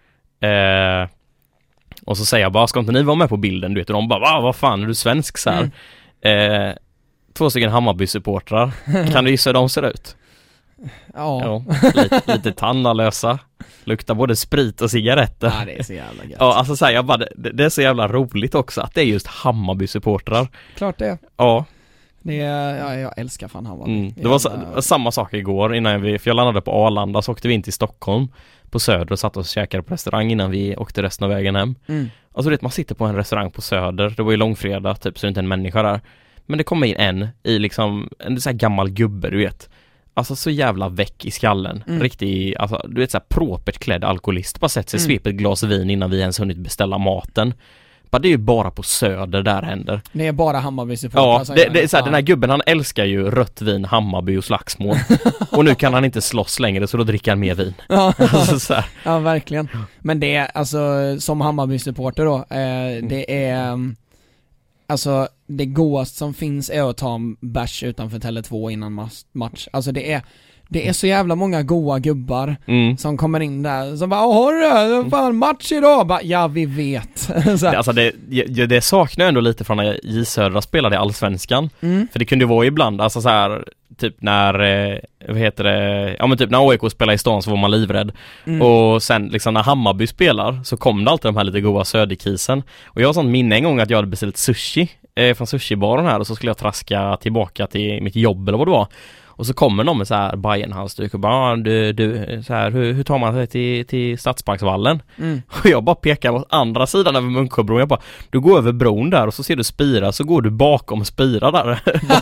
Eh, och så säger jag bara, ska inte ni vara med på bilden? Du vet, och de bara, Va, vad fan är du svensk? Så här. Eh, två stycken Hammarby-supportrar. Kan du gissa hur de ser ut? Ja. Ja, lite, lite tandalösa. Luktar både sprit och cigaretter. Ja, det är så jävla gött. Ja, alltså så här, jag bara, det, det är så jävla roligt också att det är just Hammarby-supportrar. Klart det. Ja. Det är, ja, jag älskar fan Hammarby. Mm. Det, var, så, det var samma sak igår innan vi, för jag landade på Arlanda, så åkte vi in till Stockholm på Söder och satt och käkade på restaurang innan vi åkte resten av vägen hem. Mm. Alltså vet, man sitter på en restaurang på Söder, det var ju långfredag typ, så det är inte en människa där. Men det kommer in en i liksom, en så här gammal gubbe, du vet. Alltså så jävla väck i skallen. Mm. Riktig, alltså du vet så här propert klädd alkoholist. Bara sett sig Mm. svepa ett glas vin innan vi ens hunnit beställa maten. Bara, det är ju bara på Söder där händer. Det är bara Hammarby-supportrar. Ja, som det, gör det är så här, Ja. den här gubben, han älskar ju rött vin, Hammarby och slagsmål. Och nu kan han inte slåss längre, så då dricker han mer vin. Ja. Alltså, så här. Ja, verkligen. Men det är, alltså, som Hammarby-supporter då, eh, det är, um, alltså, det godaste som finns är att ta en bärs utanför Tele två innan mas- match. Alltså det är, det är så jävla många goa gubbar Mm. som kommer in där, som bara, har du det? Fan, match idag? Bara, ja, vi vet. Så här. Alltså det, det, det saknar jag ändå lite från när J Södra spelade i Allsvenskan. Mm. För det kunde vara ibland, alltså så här, typ när, eh, vad heter det, ja men typ när A I K spelade i stan så var man livrädd. Mm. Och sen liksom när Hammarby spelar så kom det alltid de här lite goda söderkisen. Och jag har sånt minne en gång att jag hade beställt sushi eh, från sushibaren här, och så skulle jag traska tillbaka till mitt jobb eller vad det var. Och så kommer någon med så här Bajenhalsduk och bara, ah, du, du, så här, hur, hur tar man sig till, till Stadsparksvallen? Mm. Och jag bara pekar mot andra sidan över Munksjöbron. Jag bara, du går över bron där och så ser du Spira, så går du bakom Spira där.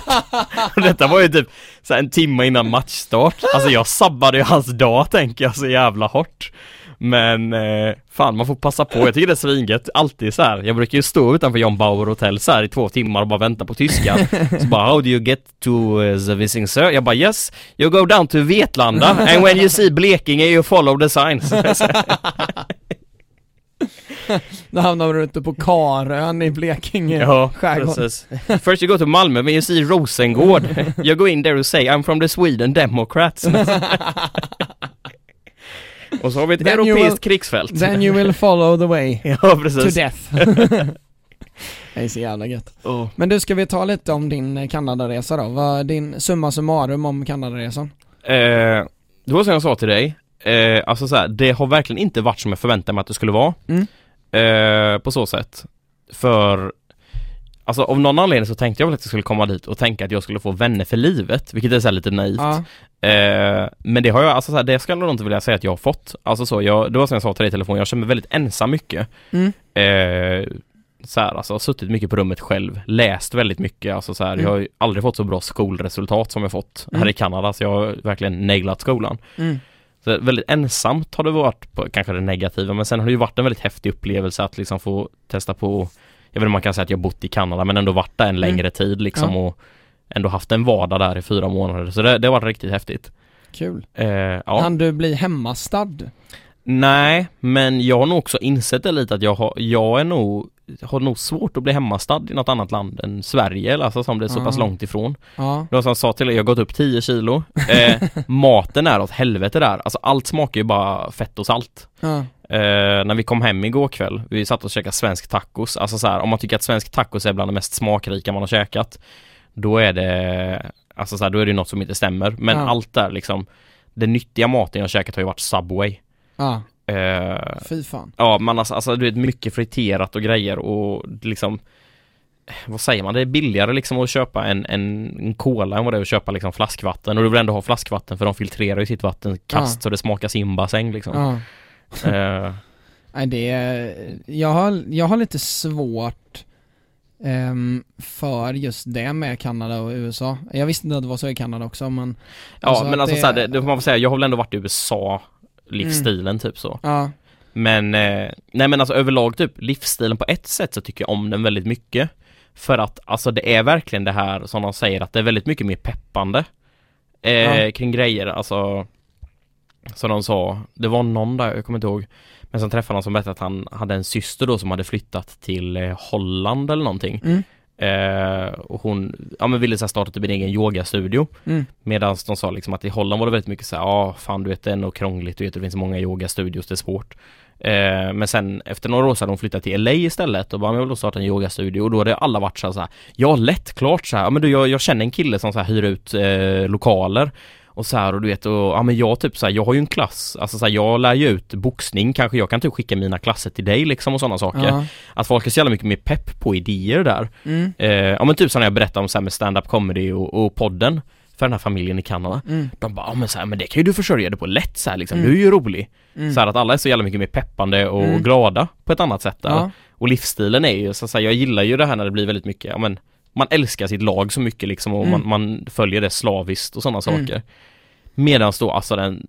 Och detta var ju typ så här en timme innan matchstart. Alltså jag sabbade ju hans dag, tänker jag, så jävla hårt. Men eh, fan, man får passa på. Jag tycker det är svinget. Alltid så här. Jag brukar ju stå utanför John Bauer Hotel så här i två timmar och bara vänta på tyskar. Så bara, how do you get to uh, the Visingsö? Sir? Jag bara, yes, you go down to Vetlanda and when you see Blekinge you follow the signs. Då hamnar du ute på Karön i Blekinge Ja, skärgård. precis. First you go to Malmö, when you see Rosengård you go in there and say I'm from the Sweden Democrats. Och så har vi ett Then you europeiskt will- krigsfält. Then you will follow the way Ja, to precis. death. Det är så jävla gött. Oh. Men du, ska vi ta lite om din Kanadaresa då? Vad är din summa summarum om Kanadaresan? Eh, det var som jag sa till dig, eh, alltså så här, det har verkligen inte varit som jag förväntade mig att det skulle vara. Mm. Eh, på så sätt. För alltså av någon anledning så tänkte jag väl att jag skulle komma dit och tänka att jag skulle få vänner för livet, vilket är så här lite naivt. Ja. Eh, men det har jag, alltså så här, det ska jag nog inte vilja säga att jag har fått. Alltså så, jag, det var som jag sa till dig i telefon, jag känner mig väldigt ensam mycket. Mm. Eh, så här, alltså, suttit mycket på rummet själv, läst väldigt mycket, alltså så här, Mm. jag har ju aldrig fått så bra skolresultat som jag fått Mm. här i Kanada, så jag har verkligen neglat skolan. Mm. Så väldigt ensamt har det varit på kanske det negativa, men sen har det ju varit en väldigt häftig upplevelse att liksom få testa på, jag vet inte om man kan säga att jag bott i Kanada, men ändå varit där en längre Mm. tid liksom, Ja. och ändå haft en vardag där i fyra månader, så det, det har varit riktigt häftigt. Kul. Eh, ja. Kan du bli hemmastad? Nej, men jag har nog också insett det lite att jag har, jag är nog har nog svårt att bli hemmastad i något annat land än Sverige, eller alltså som det är så Ja. pass långt ifrån. Ja. Då som jag sa till dig, jag har gått upp tio kilo. Eh, maten är åt helvete där. Alltså allt smakar ju bara fett och salt. Ja. Eh, när vi kom hem igår kväll, vi satt och käkade svensk tacos. Alltså så här, om man tycker att svensk tacos är bland det mest smakrika man har käkat, då är det alltså så här, då är det något som inte stämmer. Men Ja. allt där liksom, den nyttiga maten jag har käkat har ju varit Subway. Ja. Eh, Fy fan. Ja, man alltså, alltså du vet, mycket friterat och grejer och liksom, vad säger man, det är billigare liksom att köpa en, en, en cola än vad det är att köpa liksom flaskvatten, och du vill ändå ha flaskvatten för de filtrerar ju sitt vatten kast Ja. så det smakar simbassäng liksom. Ja. Eh, Nej, det är, jag har, jag har lite svårt ehm, för just det med Kanada och U S A. Jag visste inte att det var så i Kanada också, men ja, alltså men att alltså det- så här, det, det får man väl säga, jag har väl ändå varit i U S A livsstilen typ så. ja. Men, eh, nej men alltså överlag typ livsstilen på ett sätt så tycker jag om den väldigt mycket. För att alltså det är verkligen det här som de säger, att det är väldigt mycket mer peppande eh, Ja. kring grejer, alltså som de sa, det var någon där, jag kommer inte ihåg, men sen träffade någon som berättade att han hade en syster då som hade flyttat till eh, Holland eller någonting. Mm. Eh, och hon ja, men ville så här starta typ en egen yogastudio. Mm. Medan de sa liksom att i Holland var det väldigt mycket så här, ja fan du vet det är nog krångligt, du vet det finns många yogastudios, det är svårt. Eh, men sen efter några år så hade de flyttat till L A istället och bara, jag vill då starta en yogastudio, och då hade alla varit så här, ja lätt klart så här, ja men du jag, jag känner en kille som så här hyr ut eh, lokaler. Och Och så här, och du vet, och, ja men jag typ så här, jag har ju en klass, alltså så här, jag lär ju ut boxning, kanske jag kan typ skicka mina klasser till dig liksom och sådana saker. Ja. Att folk är så jävla mycket mer pepp på idéer där. Mm. Eh, ja men typ som när jag berättade om så här med stand-up comedy och, och podden för den här familjen i Kanada. Mm. De bara, ja men så här, men det kan ju du försörja dig på lätt så här liksom, Mm. du är ju rolig. Mm. Så här att alla är så jävla mycket mer peppande och Mm. glada på ett annat sätt där. Ja. Och livsstilen är ju, så att säga, jag gillar ju det här när det blir väldigt mycket, ja men man älskar sitt lag så mycket liksom och Mm. man, man följer det slaviskt och sådana Mm. saker. Medan då alltså den,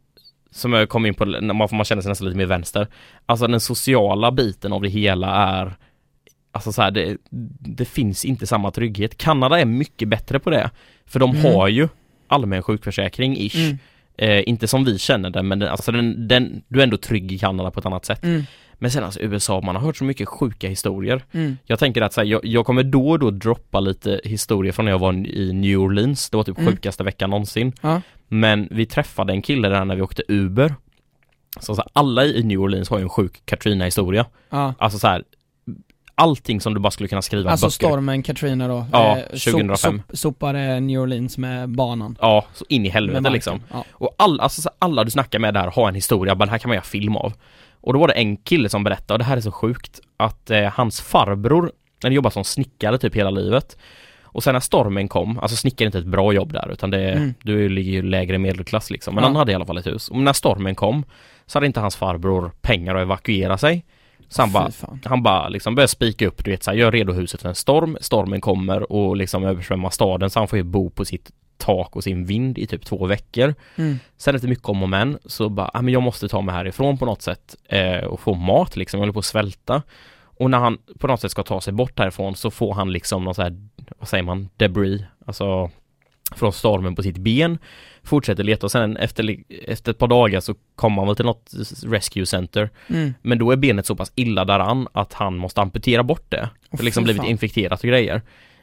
som jag kom in på, när man, man känner sig nästan lite mer vänster, alltså den sociala biten av det hela är, alltså så här, det, det finns inte samma trygghet. Kanada är mycket bättre på det, för de Mm. har ju allmän sjukförsäkring ish. Mm. Eh, inte som vi känner den, men den, alltså den, den, du är ändå trygg i Kanada på ett annat sätt. Mm. Men sen alltså U S A, man har hört så mycket sjuka historier. Mm. Jag tänker att så här, jag, jag kommer då och då droppa lite historier från när jag var i New Orleans. Det var typ Mm. sjukaste veckan någonsin. Ja. Men vi träffade en kille där när vi åkte Uber. Så, så här, alla i New Orleans har ju en sjuk Katrina-historia. Ja. Alltså så här, allting som du bara skulle kunna skriva Alltså böcker. stormen Katrina då. Ja, eh, tjugohundrafem. Sop, sopade New Orleans med banan. Ja, så in i Med helvete marken. liksom. Ja. Och all, alltså, så alla du snackar med där har en historia, bara den här kan man göra film av. Och då var det en kille som berättade, och det här är så sjukt, att eh, hans farbror, han jobbade som snickare typ hela livet. Och sen när stormen kom, alltså snickare är inte ett bra jobb där, utan det, Mm. du ligger ju lägre medelklass liksom. Men Ja. han hade i alla fall ett hus. Och när stormen kom så hade inte hans farbror pengar att evakuera sig. Så han Fy bara, fan. han bara liksom började spika upp, du vet så här, gör redo huset för en storm. Stormen kommer och liksom översvämmar staden, så han får ju bo på sitt tak och sin vind i typ två veckor. Mm. Sen efter mycket om och men så bara, ah, men jag måste ta mig härifrån på något sätt eh, och få mat liksom, jag håller på att svälta. Och när han på något sätt ska ta sig bort härifrån så får han liksom någon så här, vad säger man, debris, alltså från stormen på sitt ben, fortsätter leta och sen efter, efter ett par dagar så kommer han väl till något rescue center. Mm. Men då är benet så pass illa däran att han måste amputera bort det. Åh, För liksom fy blivit fan. infekterat och grejer.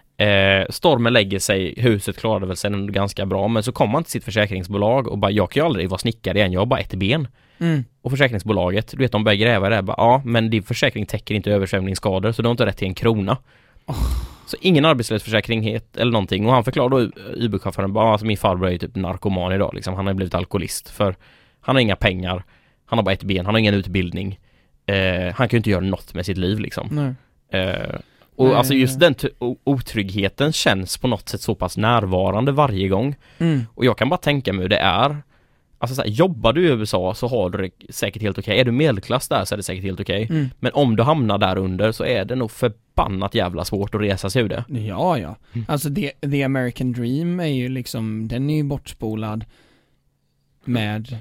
Eh, stormen lägger sig, huset klarade väl sen ganska bra, men så kommer han till sitt försäkringsbolag och bara, jag kan ju aldrig vara snickare igen, jag har bara ett ben. Mm. Och försäkringsbolaget, du vet, de börjar gräva där, bara, ja, men din försäkring täcker inte översvämningsskador, så du har inte rätt till en krona. Oh. Så ingen arbetslöshetsförsäkring het, eller någonting. Och han förklarade då Uber-chauffören, bara, alltså min farbror är ju typ narkoman idag liksom. Han har blivit alkoholist, för han har inga pengar, han har bara ett ben, han har ingen utbildning, eh, han kan ju inte göra något med sitt liv liksom. Nej. Eh, och Nej. alltså just den t- o- otryggheten känns på något sätt så pass närvarande varje gång. Mm. Och jag kan bara tänka mig hur det är. Alltså så här, jobbar du i U S A så har du det säkert helt okej. Är du medelklass där så är det säkert helt okej. Mm. Men om du hamnar där under så är det nog förbannat jävla svårt att resa sig ur det. Ja, ja. Mm. Alltså the, the American Dream är ju liksom, den är ju bortspolad med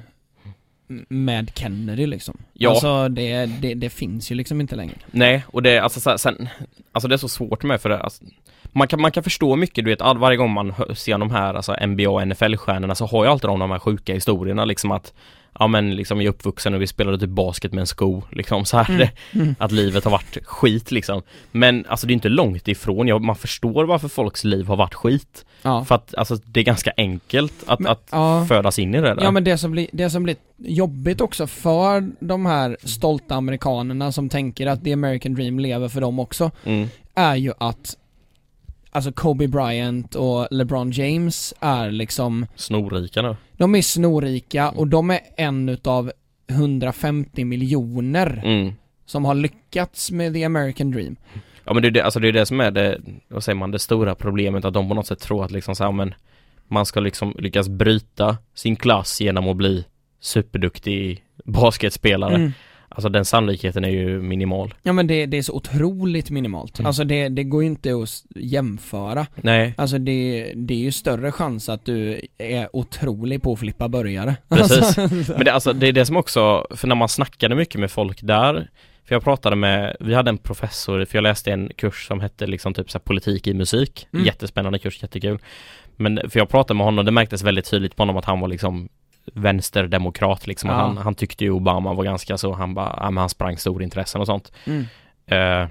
med Kennedy liksom. Ja. Alltså det, det, det finns ju liksom inte längre. Nej, och det, alltså, så här, sen, alltså det är så svårt med för det. Alltså, man, kan, man kan förstå mycket, du vet, all, varje gång man hör, ser de här alltså, N B A och N F L-stjärnorna så har ju alltid de de här sjuka historierna liksom att ja men liksom jag är uppvuxen och vi spelade typ basket med en sko liksom så här Mm. det, Mm. att livet har varit skit liksom. Men alltså det är inte långt ifrån, jag, man förstår varför folks liv har varit skit. Ja. För att alltså det är ganska enkelt att, Men, att ja. födas in i det där. Ja, men det som blir, det som blir jobbigt också för de här stolta amerikanerna som tänker att the American Dream lever för dem också, mm. är ju att alltså Kobe Bryant och LeBron James är liksom, Snorrika nu. de är snorrika och de är en utav hundrafemtio miljoner Mm. som har lyckats med the American Dream. Ja men det är det, alltså det är det som är det, vad säger man, det stora problemet, att de på något sätt tror att liksom så här, men man ska liksom lyckas bryta sin klass genom att bli superduktig basketspelare. Mm. Alltså den sannolikheten är ju minimal. Ja, men det, det är så otroligt minimalt. Mm. Alltså det, det går ju inte att s- jämföra. Nej, Alltså det, det är ju större chans att du är otrolig på att flippa burgare. precis. Alltså, Men det, alltså, det är det som också, för när man snackade mycket med folk där, för jag pratade med, vi hade en professor, för jag läste en kurs som hette liksom typ så här politik i musik, Mm. jättespännande kurs, jättekul. Men för jag pratade med honom, det märktes väldigt tydligt på honom att han var liksom vänsterdemokrat liksom. Ja. Han, han tyckte ju Obama var ganska så, han bara, ja, men han sprang storintressen och sånt. mm. Eh,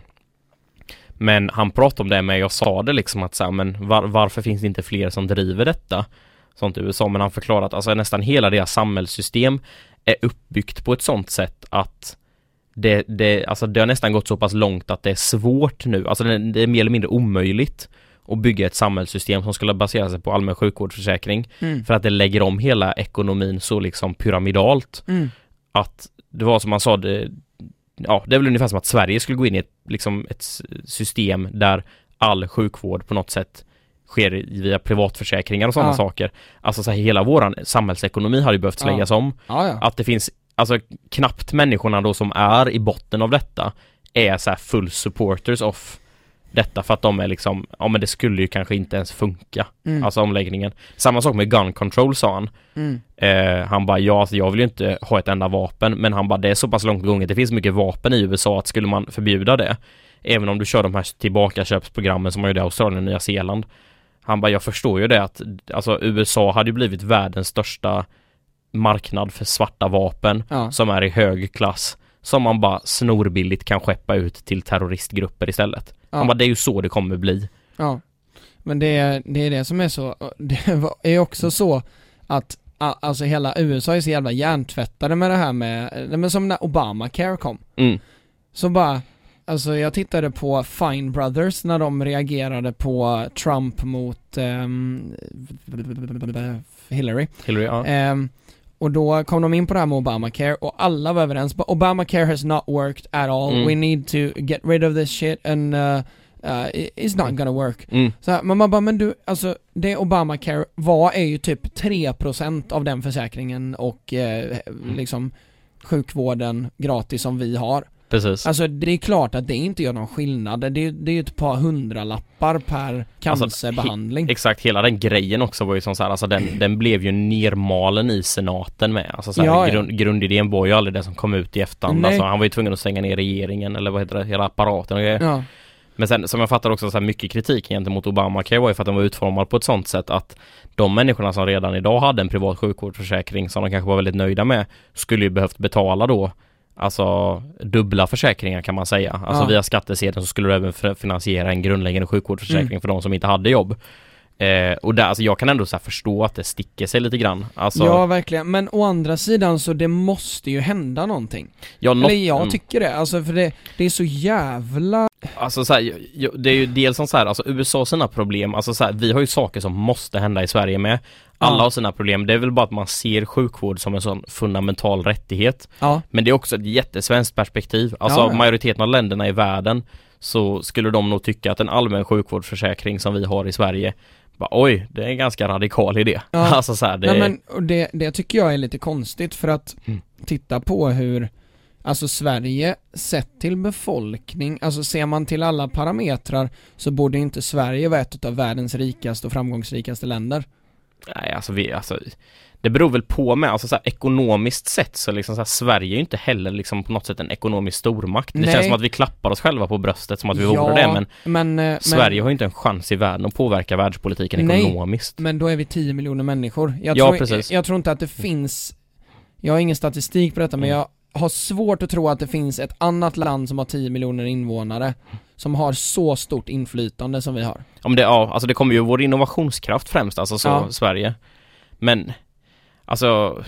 men han pratade om det med, jag sa det liksom att så här, men var, varför finns det inte fler som driver detta? Sånt i U S A, men han förklarat att alltså, nästan hela deras samhällssystem är uppbyggt på ett sånt sätt att det, det, alltså, det har nästan gått så pass långt att det är svårt nu, alltså det, det är mer eller mindre omöjligt och bygga ett samhällssystem som skulle basera sig på allmän sjukvårdsförsäkring Mm. för att det lägger om hela ekonomin så liksom pyramidalt Mm. att det var som man sa det, ja, det är väl ungefär som att Sverige skulle gå in i ett, liksom ett system där all sjukvård på något sätt sker via privatförsäkringar och sådana Ja. saker. Alltså så här, hela våran samhällsekonomi har ju behövt läggas Ja. om. Ja, ja. Att det finns, alltså knappt människorna då som är i botten av detta är så här full supporters of detta för att de är liksom, ja men det skulle ju kanske inte ens funka. Mm. Alltså omläggningen. Samma sak med gun control sa han. Mm. Eh, han bara, ja alltså jag vill ju inte ha ett enda vapen, men han bara, det är så pass långt gånget, det finns mycket vapen i U S A att skulle man förbjuda det, även om du kör de här tillbakaköpsprogrammen som man gjorde i Australien och Nya Zeeland. Han bara, jag förstår ju det att alltså U S A hade ju blivit världens största marknad för svarta vapen Ja. som är i hög klass, som man bara snorbilligt kan skeppa ut till terroristgrupper istället. Ja. Han bara, det är ju så det kommer bli. Ja, men det är, det är det som är så, det var- är också så att a- alltså hela U S A är så jävla hjärntvättade med det här med, men som när Obamacare kom, Mm. så bara, alltså jag tittade på Fine Brothers när de reagerade på Trump mot ehm, Hillary. Hillary, ja. Ehm, och då kom de in på det här med Obamacare och alla var överens. But Obamacare has not worked at all. Mm. We need to get rid of this shit and uh, uh, it- it's not gonna work. Mm. Så här, men man bara, men du, alltså det Obamacare var är ju typ tre procent av den försäkringen och eh, liksom sjukvården gratis som vi har. Precis. Alltså det är klart att det inte gör någon skillnad. Det är, det är ju ett par hundralappar per cancerbehandling. He- exakt, hela den grejen också var ju som så här, alltså den, den blev ju nermalen i senaten med. Alltså så här, Ja, ja. grund, grundidén var ju aldrig det som kom ut i efterhand. Nej. Alltså, han var ju tvungen att stänga ner regeringen eller vad heter det, hela apparaten och grejer. Ja. Men sen som jag fattar också så här, mycket kritik gentemot Obamacare var ju för att den var utformad på ett sånt sätt att de människorna som redan idag hade en privat sjukvårdsförsäkring som de kanske var väldigt nöjda med skulle ju behövt betala då alltså dubbla försäkringar kan man säga. Alltså Ja. via skattesedeln så skulle du även f- finansiera en grundläggande sjukvårdsförsäkring Mm. för de som inte hade jobb. Eh, och där, alltså jag kan ändå så här förstå att det sticker sig lite grann. Alltså, Ja, verkligen. Men å andra sidan så det måste ju hända någonting. jag, något, Eller jag mm. tycker det. Alltså för det, det är så jävla... Alltså så här, ju- ju- det är ju dels som så här, alltså U S A har sina problem, alltså så här, vi har ju saker som måste hända i Sverige med. Alla Ja. har sina problem, det är väl bara att man ser sjukvård som en sån fundamental rättighet. Ja. Men det är också ett jättesvenskt perspektiv. Alltså Ja, ja. majoriteten av länderna i världen så skulle de nog tycka att en allmän sjukvårdsförsäkring som vi har i Sverige, bara, oj, det är en ganska radikal idé. Ja. Alltså så här, det Nej, men och det, det tycker jag är lite konstigt för att Mm. titta på hur, alltså Sverige sett till befolkning, alltså ser man till alla parametrar så borde inte Sverige vara ett av världens rikaste och framgångsrikaste länder. nej, alltså vi, alltså det beror väl på med, alltså så här, ekonomiskt sett så liksom så här, Sverige är ju inte heller liksom på något sätt en ekonomisk stormakt. Det Nej. känns som att vi klappar oss själva på bröstet som att vi Ja, vore det, men men, eh, Sverige har ju inte en chans i världen att påverka världspolitiken Nej. ekonomiskt. Men då är vi tio miljoner människor. Jag, Ja, tror, precis. jag, jag tror inte att det finns, jag har ingen statistik på detta, men Mm. jag har svårt att tro att det finns ett annat land som har tio miljoner invånare som har så stort inflytande som vi har. Om det, ja, alltså det kommer ju vår innovationskraft främst, alltså så Ja. Sverige. Men alltså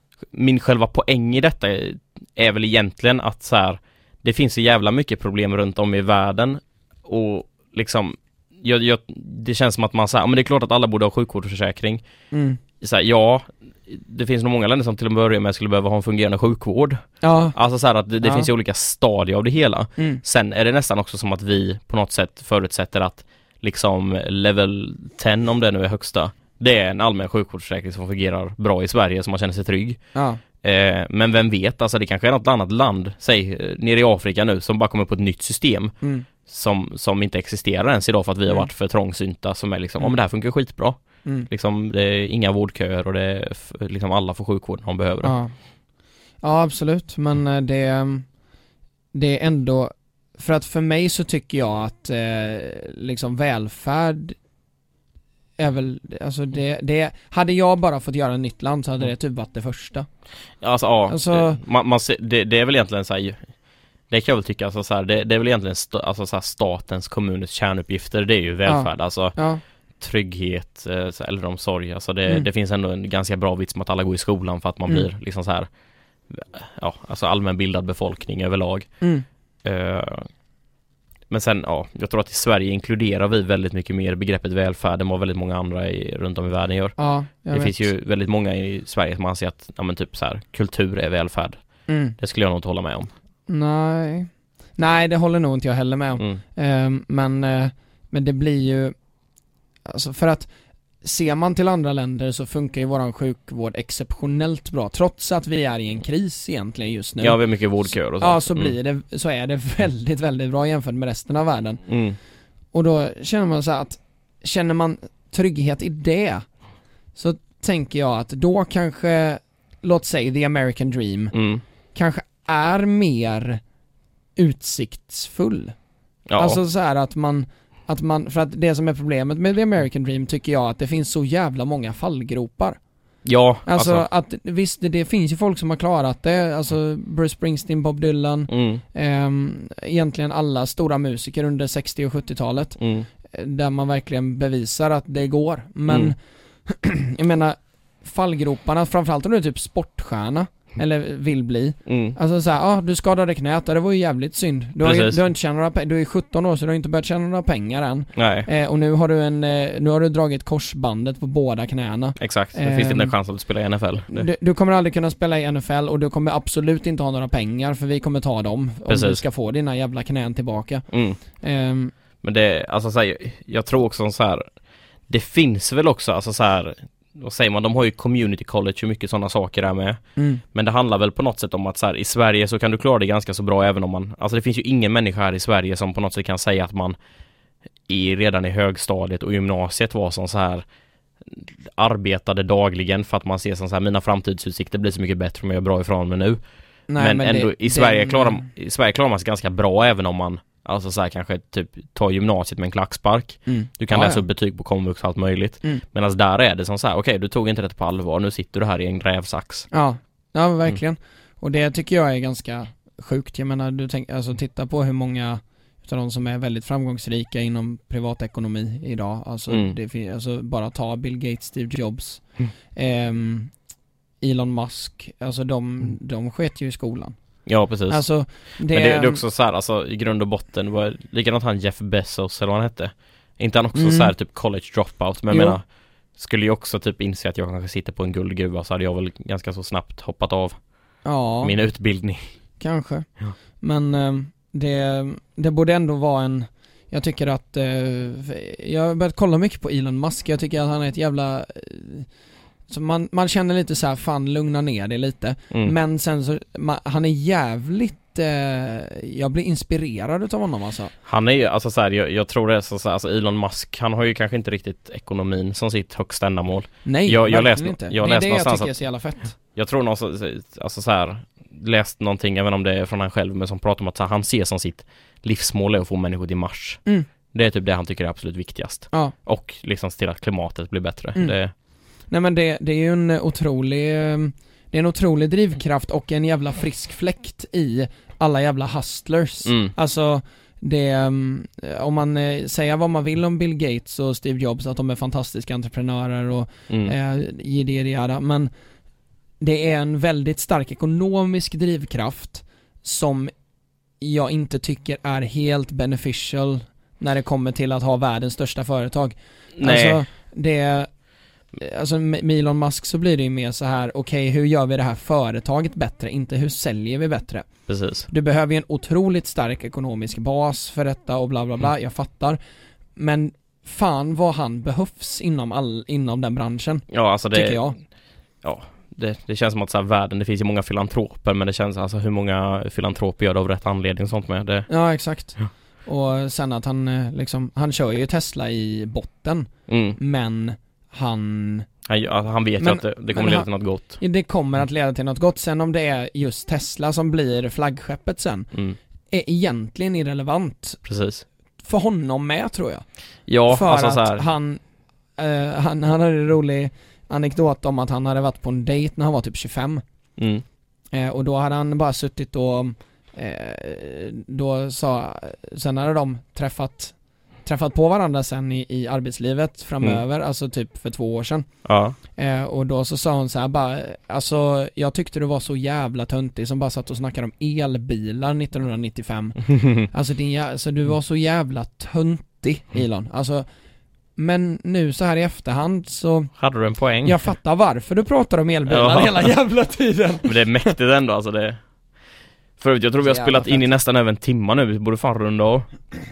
min själva poäng i detta är, är väl egentligen att så här, det finns så jävla mycket problem runt om i världen och liksom jag, jag, det känns som att man säger, men det är klart att alla borde ha sjukvårdsförsäkring. Mm. Så här, ja, det finns nog många länder som till att börja med skulle behöva ha en fungerande sjukvård. Ja. Alltså så här att det, det Ja. finns ju olika stadier av det hela. Mm. Sen är det nästan också som att vi på något sätt förutsätter att liksom level tio, om det nu är högsta, det är en allmän sjukvårdsförsäkring som fungerar bra i Sverige så man känner sig trygg. Ja. Eh, men vem vet, alltså det kanske är något annat land, säg eh, nere i Afrika nu, som bara kommer på ett nytt system Mm. som, som inte existerar ens idag för att vi har Mm. varit för trångsynta, som är liksom, Mm. om det här funkar skitbra. Mm. Liksom, det är inga vårdköer och det är f- liksom alla får sjukvård när de behöver det. Ja. Ja, absolut, men eh, det det är ändå, för att för mig så tycker jag att eh, liksom välfärd är väl, alltså det, det, hade jag bara fått göra ett nytt land så hade det typ varit det första. Alltså, ja, Alltså- det, man, man ser, det, det är väl egentligen så här, det kan jag väl tycka, alltså, så här, det, det är väl egentligen sta, alltså, så här, statens, kommunens kärnuppgifter, det är ju välfärd, alltså Ja. trygghet, eh, så här, äldreomsorg, alltså det, Mm. det finns ändå en ganska bra vits med att alla går i skolan för att man Mm. blir liksom så här, ja, alltså allmänbildad befolkning överlag. Mm. Eh, Men sen, ja, jag tror att i Sverige inkluderar vi väldigt mycket mer begreppet välfärd än vad väldigt många andra i, runt om i världen gör. Ja, jag det vet. finns ju väldigt många i Sverige som anser att ja, men typ så här, kultur är välfärd. Mm. Det skulle jag nog inte hålla med om. Nej. Nej, det håller nog inte jag heller med om. Mm. Ehm, men, eh, men det blir ju, alltså för att ser man till andra länder så funkar ju våran sjukvård exceptionellt bra, trots att vi är i en kris egentligen just nu. Ja, vi har mycket vårdköer och så. Ja, så Mm. blir det, så är det väldigt, väldigt bra jämfört med resten av världen. Mm. Och då känner man så här att, känner man trygghet i det, så tänker jag att då kanske, låt säga the American dream, Mm. kanske är mer utsiktsfull. Ja. Alltså så här att man, att man, för att det som är problemet med the American dream tycker jag att det finns så jävla många fallgropar. ja, Alltså, alltså. att visst, det, det finns ju folk som har klarat det, alltså Bruce Springsteen, Bob Dylan, Mm. ehm, egentligen alla stora musiker under sextio- och sjuttiotalet, Mm. där man verkligen bevisar att det går. Men Mm. jag menar, fallgroparna, framförallt om du är typ sportstjärna eller vill bli. Mm. Alltså såhär, ja ah, du skadade knät, det var ju jävligt synd. Du har, ju, Precis. du har inte tjänat några pengar, du är sjutton år så du har inte börjat tjäna några pengar än. Nej, Eh, och nu har du en, eh, nu har du dragit korsbandet på båda knäna. exakt. Det Ehm, finns inte en chans att du spelar i N F L. Det. Du, du kommer aldrig kunna spela i N F L och du kommer absolut inte ha några pengar för vi kommer ta dem om Precis. du ska få dina jävla knän tillbaka. Mm. Ehm, Men det, alltså så här, jag tror också så här, det finns väl också, alltså så här, vad säger man, de har ju community college och mycket sådana saker där med. mm, Men det handlar väl på något sätt om att så här, i Sverige så kan du klara det ganska så bra även om man, alltså det finns ju ingen människa här i Sverige som på något sätt kan säga att man i, redan i högstadiet och gymnasiet var som så här arbetade dagligen för att man ser som så här, mina framtidsutsikter blir så mycket bättre om jag gör bra ifrån mig nu. nej, men, ändå det- i Sverige den- klarar i Sverige klarar man sig ganska bra även om man alltså så här, kanske typ tar gymnasiet med en klackspark. Mm. Du kan Ja, läsa ja. upp betyg på komvux och allt möjligt. Mm. Medan där är det som så här, okej, du tog inte det på allvar, nu sitter du här i en rävsax. Ja, ja verkligen. Och det tycker jag är ganska sjukt. Jag menar, du tänk, alltså titta på hur många utav de som är väldigt framgångsrika inom privatekonomi idag. Alltså, Mm. det fin- alltså bara ta Bill Gates, Steve Jobs, Mm. ehm, Elon Musk. Alltså de, de sket ju i skolan. Ja, precis. Alltså, det, Men det, det är också så här, alltså i grund och botten var likadant han Jeff Bezos eller vad han hette. Inte han också Mm. så här typ college dropout, men jag Jo. menar, skulle ju också typ inse att jag kanske sitter på en guldgruva så hade jag väl ganska så snabbt hoppat av ja, min utbildning. kanske. Ja. Men ehm, det, det borde ändå vara en, jag tycker att eh, jag har börjat kolla mycket på Elon Musk. Jag tycker att han är ett jävla eh, så man, man känner lite så här, fan lugna ner det lite. Mm. Men sen så, man, han är jävligt eh, jag blir inspirerad utav honom alltså. Han är ju, alltså så här, jag, jag tror det är så, så här, alltså Elon Musk, han har ju kanske inte riktigt ekonomin som sitt högsta ändamål. Nej, Jag- jag verkligen läste- inte. jag det är läste det jag någonstans tycker är att- så jävla fett. Jag tror någonstans, alltså så här, läst någonting, jag vet inte om det är från han själv, men som pratar om att så här, han ser som sitt livsmål är att få människor till Mars. Mm. Det är typ det han tycker är absolut viktigast. Ja. Och liksom se till att klimatet blir bättre. Mm. Det, Nej men det, det är ju en otrolig eh, det är en otrolig drivkraft och en jävla frisk fläkt i alla jävla hustlers. mm, Alltså det, um, om man eh, säger vad man vill om Bill Gates och Steve Jobs, att de är fantastiska entreprenörer och mm, eh, jidda, men det är en väldigt stark ekonomisk drivkraft som jag inte tycker är helt beneficial när det kommer till att ha världens största företag. nej, Alltså det, alltså med Elon Musk så blir det ju mer så här, okej, hur gör vi det här företaget bättre, inte hur säljer vi bättre. precis. Du behöver ju en otroligt stark ekonomisk bas för detta och bla bla bla, Mm. jag fattar. Men fan vad han behövs inom, all, inom den branschen, Ja, alltså det, tycker jag. det, det känns som att så här, världen, det finns ju många filantroper, men det känns alltså hur många filantroper gör det av rätt anledning och sånt med det. Ja, exakt. Ja. Och sen att han eh, liksom, han kör ju Tesla i botten, Mm. men han, Han, ja, han vet ju Men- att det, det men kommer leda han- till något gott. det kommer att leda till något gott. Sen om det är just Tesla som blir flaggskeppet sen, Mm. är egentligen irrelevant Precis. för honom med, tror jag. Ja, för alltså att så här. han, eh, han han hade en rolig anekdot om att han hade varit på en dejt när han var typ tjugofem, Mm. eh, och då hade han bara suttit och eh, då sa, sen hade de träffat träffat på varandra sen i, i arbetslivet framöver, mm. alltså typ för två år sedan. Ja. Eh, och då så sa hon så här bara, alltså jag tyckte du var så jävla töntig som bara satt och snackade om elbilar nittonhundranittiofem. Alltså, din, alltså du var så jävla töntig, Elon. Alltså, men nu så här i efterhand så hade du en poäng. Jag fattar varför du pratar om elbilar ja. hela jävla tiden. Men det är mäktigt ändå, alltså det. Förut, jag tror vi har spelat in i nästan över en timme nu. Vi borde fan runda av.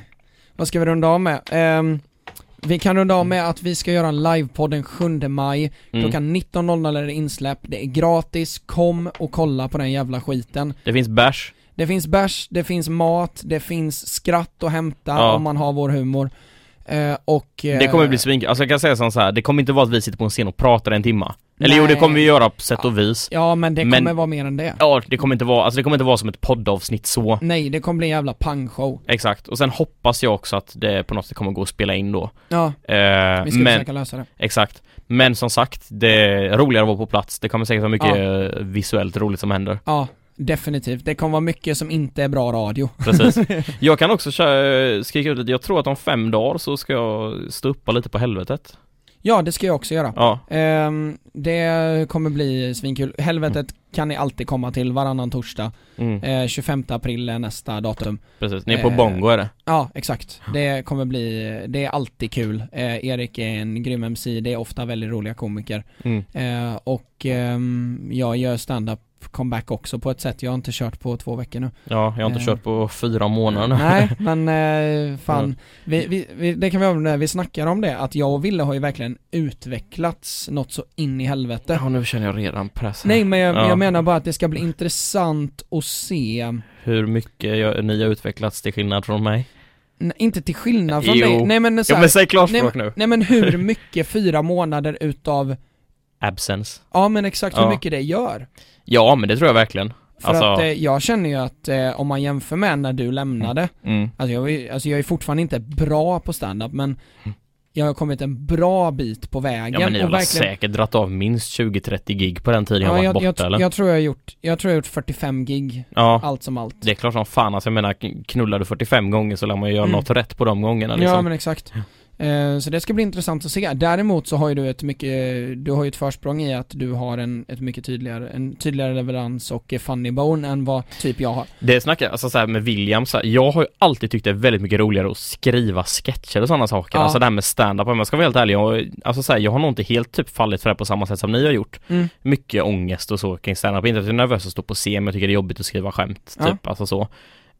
Vad ska vi runda av med? Um, vi kan runda av med att vi ska göra en livepodd den sjunde maj. Mm. Klockan nitton noll noll är det insläpp. Det är gratis. Kom och kolla på den jävla skiten. Det finns bärs. Det finns bärs, det finns mat, det finns skratt att hämta ja. om man har vår humor. Uh, och, uh, det kommer bli svink. Alltså jag kan säga som så här, det kommer inte vara att vi sitter på en scen och pratar en timma. Eller nej. Jo, det kommer vi göra på sätt och vis. Ja, men det kommer men, vara mer än det. Ja, det kommer inte vara, alltså det kommer inte vara som ett poddavsnitt så. Nej, det kommer bli en jävla pangshow. Exakt. Och sen hoppas jag också att det på något sätt kommer gå att spela in då. Ja. Eh, vi ska men, försöka lösa det. Exakt. Men som sagt, det är roligare att vara på plats. Det kommer säkert vara mycket ja. visuellt roligt som händer. Ja. Definitivt. Det kommer vara mycket som inte är bra radio. Precis. Jag kan också köra, skrika ut lite. Jag tror att om fem dagar så ska jag stå upp lite på helvetet. Ja, det ska jag också göra. Ja. Um, det kommer bli svinkul. Helvetet mm. kan ni alltid komma till varannan torsdag. Mm. Uh, tjugofemte april är nästa datum. Precis, ni är på uh, Bongo är det? Ja, exakt. Det kommer bli, det är alltid kul. Uh, Erik är en grym M C, det är ofta väldigt roliga komiker. Mm. Uh, och um, jag gör stand-up comeback också på ett sätt jag har inte kört på två veckor nu. Ja, jag har inte eh, kört på fyra månader. Nej, men eh, fan mm. vi, vi, vi, det kan vi göra när vi snackar om det, att jag och Ville har ju verkligen utvecklats något så in i helvete. Ja, nu känner jag redan press. Nej, men jag, ja. jag menar bara att det ska bli intressant att se hur mycket jag, ni har utvecklats till skillnad från mig. Nej, inte till skillnad från jo. dig. Nej, men så här, ja, men säg klarspråk nej, nu. Nej, men hur mycket fyra månader utav absence. Ja, men exakt hur ja. mycket det gör. Ja, men det tror jag verkligen. För alltså... att eh, jag känner ju att eh, om man jämför med när du lämnade mm. alltså, jag, alltså jag är fortfarande inte bra på stand-up, men mm. jag har kommit en bra bit på vägen. Ja, men ni har och verkligen... säkert dratt av minst tjugo trettio gig på den tiden ja, jag var jag, borta, jag, eller? Jag tror jag har gjort, jag tror jag har gjort fyrtiofem gig, ja. allt som allt. Det är klart som fan, alltså jag menar, knullar du fyrtiofem gånger så lär man ju göra mm. något rätt på de gångerna liksom. Ja, men exakt. Eh, så det ska bli intressant att se. Däremot så har ju du ett mycket, du har ju ett försprång i att du har en ett mycket tydligare, en tydligare leverans och funny bone än vad typ jag har. Det snackar alltså så här med William, så här, jag har ju alltid tyckt det är väldigt mycket roligare att skriva sketcher och sådana saker. Ja. Alltså det här med stand-up, om jag ska vara helt ärlig, jag, alltså så här, jag har nog inte helt typ fallit för det på samma sätt som ni har gjort. Mm. Mycket ångest och så kring stand-up. Inte att jag är nervös att stå på scen, men jag tycker det är jobbigt att skriva skämt typ, ja. Alltså så.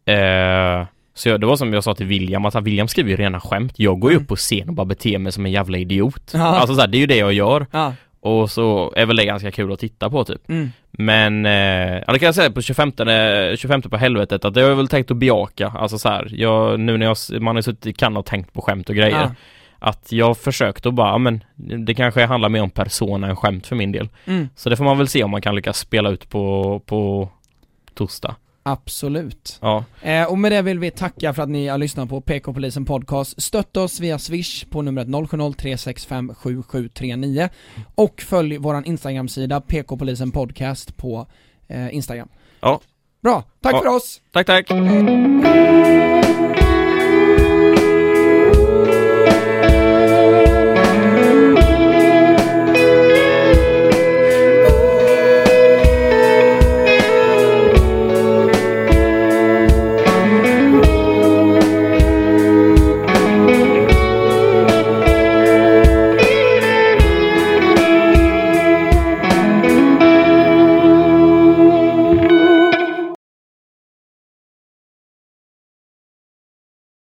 Eh Så jag, det var som jag sa till William, att William skriver ju rena skämt. Jag går ju mm. upp på scen och bara beter mig som en jävla idiot. Ja. Alltså så här, det är ju det jag gör. Ja. Och så är väl det ganska kul att titta på typ. Mm. Men, eh, ja det kan jag säga på tjugofemte, tjugofemte på helvetet, att det har jag väl tänkt att bejaka. Alltså så här, jag, nu när jag, man har suttit i kan och tänkt på skämt och grejer. Ja. Att jag försökt att bara, men det kanske handlar mer om persona än skämt för min del. Mm. Så det får man väl se om man kan lyckas spela ut på, på torsdag. Absolut. Ja. Eh, och med det vill vi tacka för att ni har lyssnat på P K-polisen podcast. Stötta oss via Swish på numret noll sju noll tre sex fem sju sju tre nio och följ våran Instagram-sida P K-polisen podcast på eh, Instagram. Ja. Bra, tack ja. för oss. Tack, tack.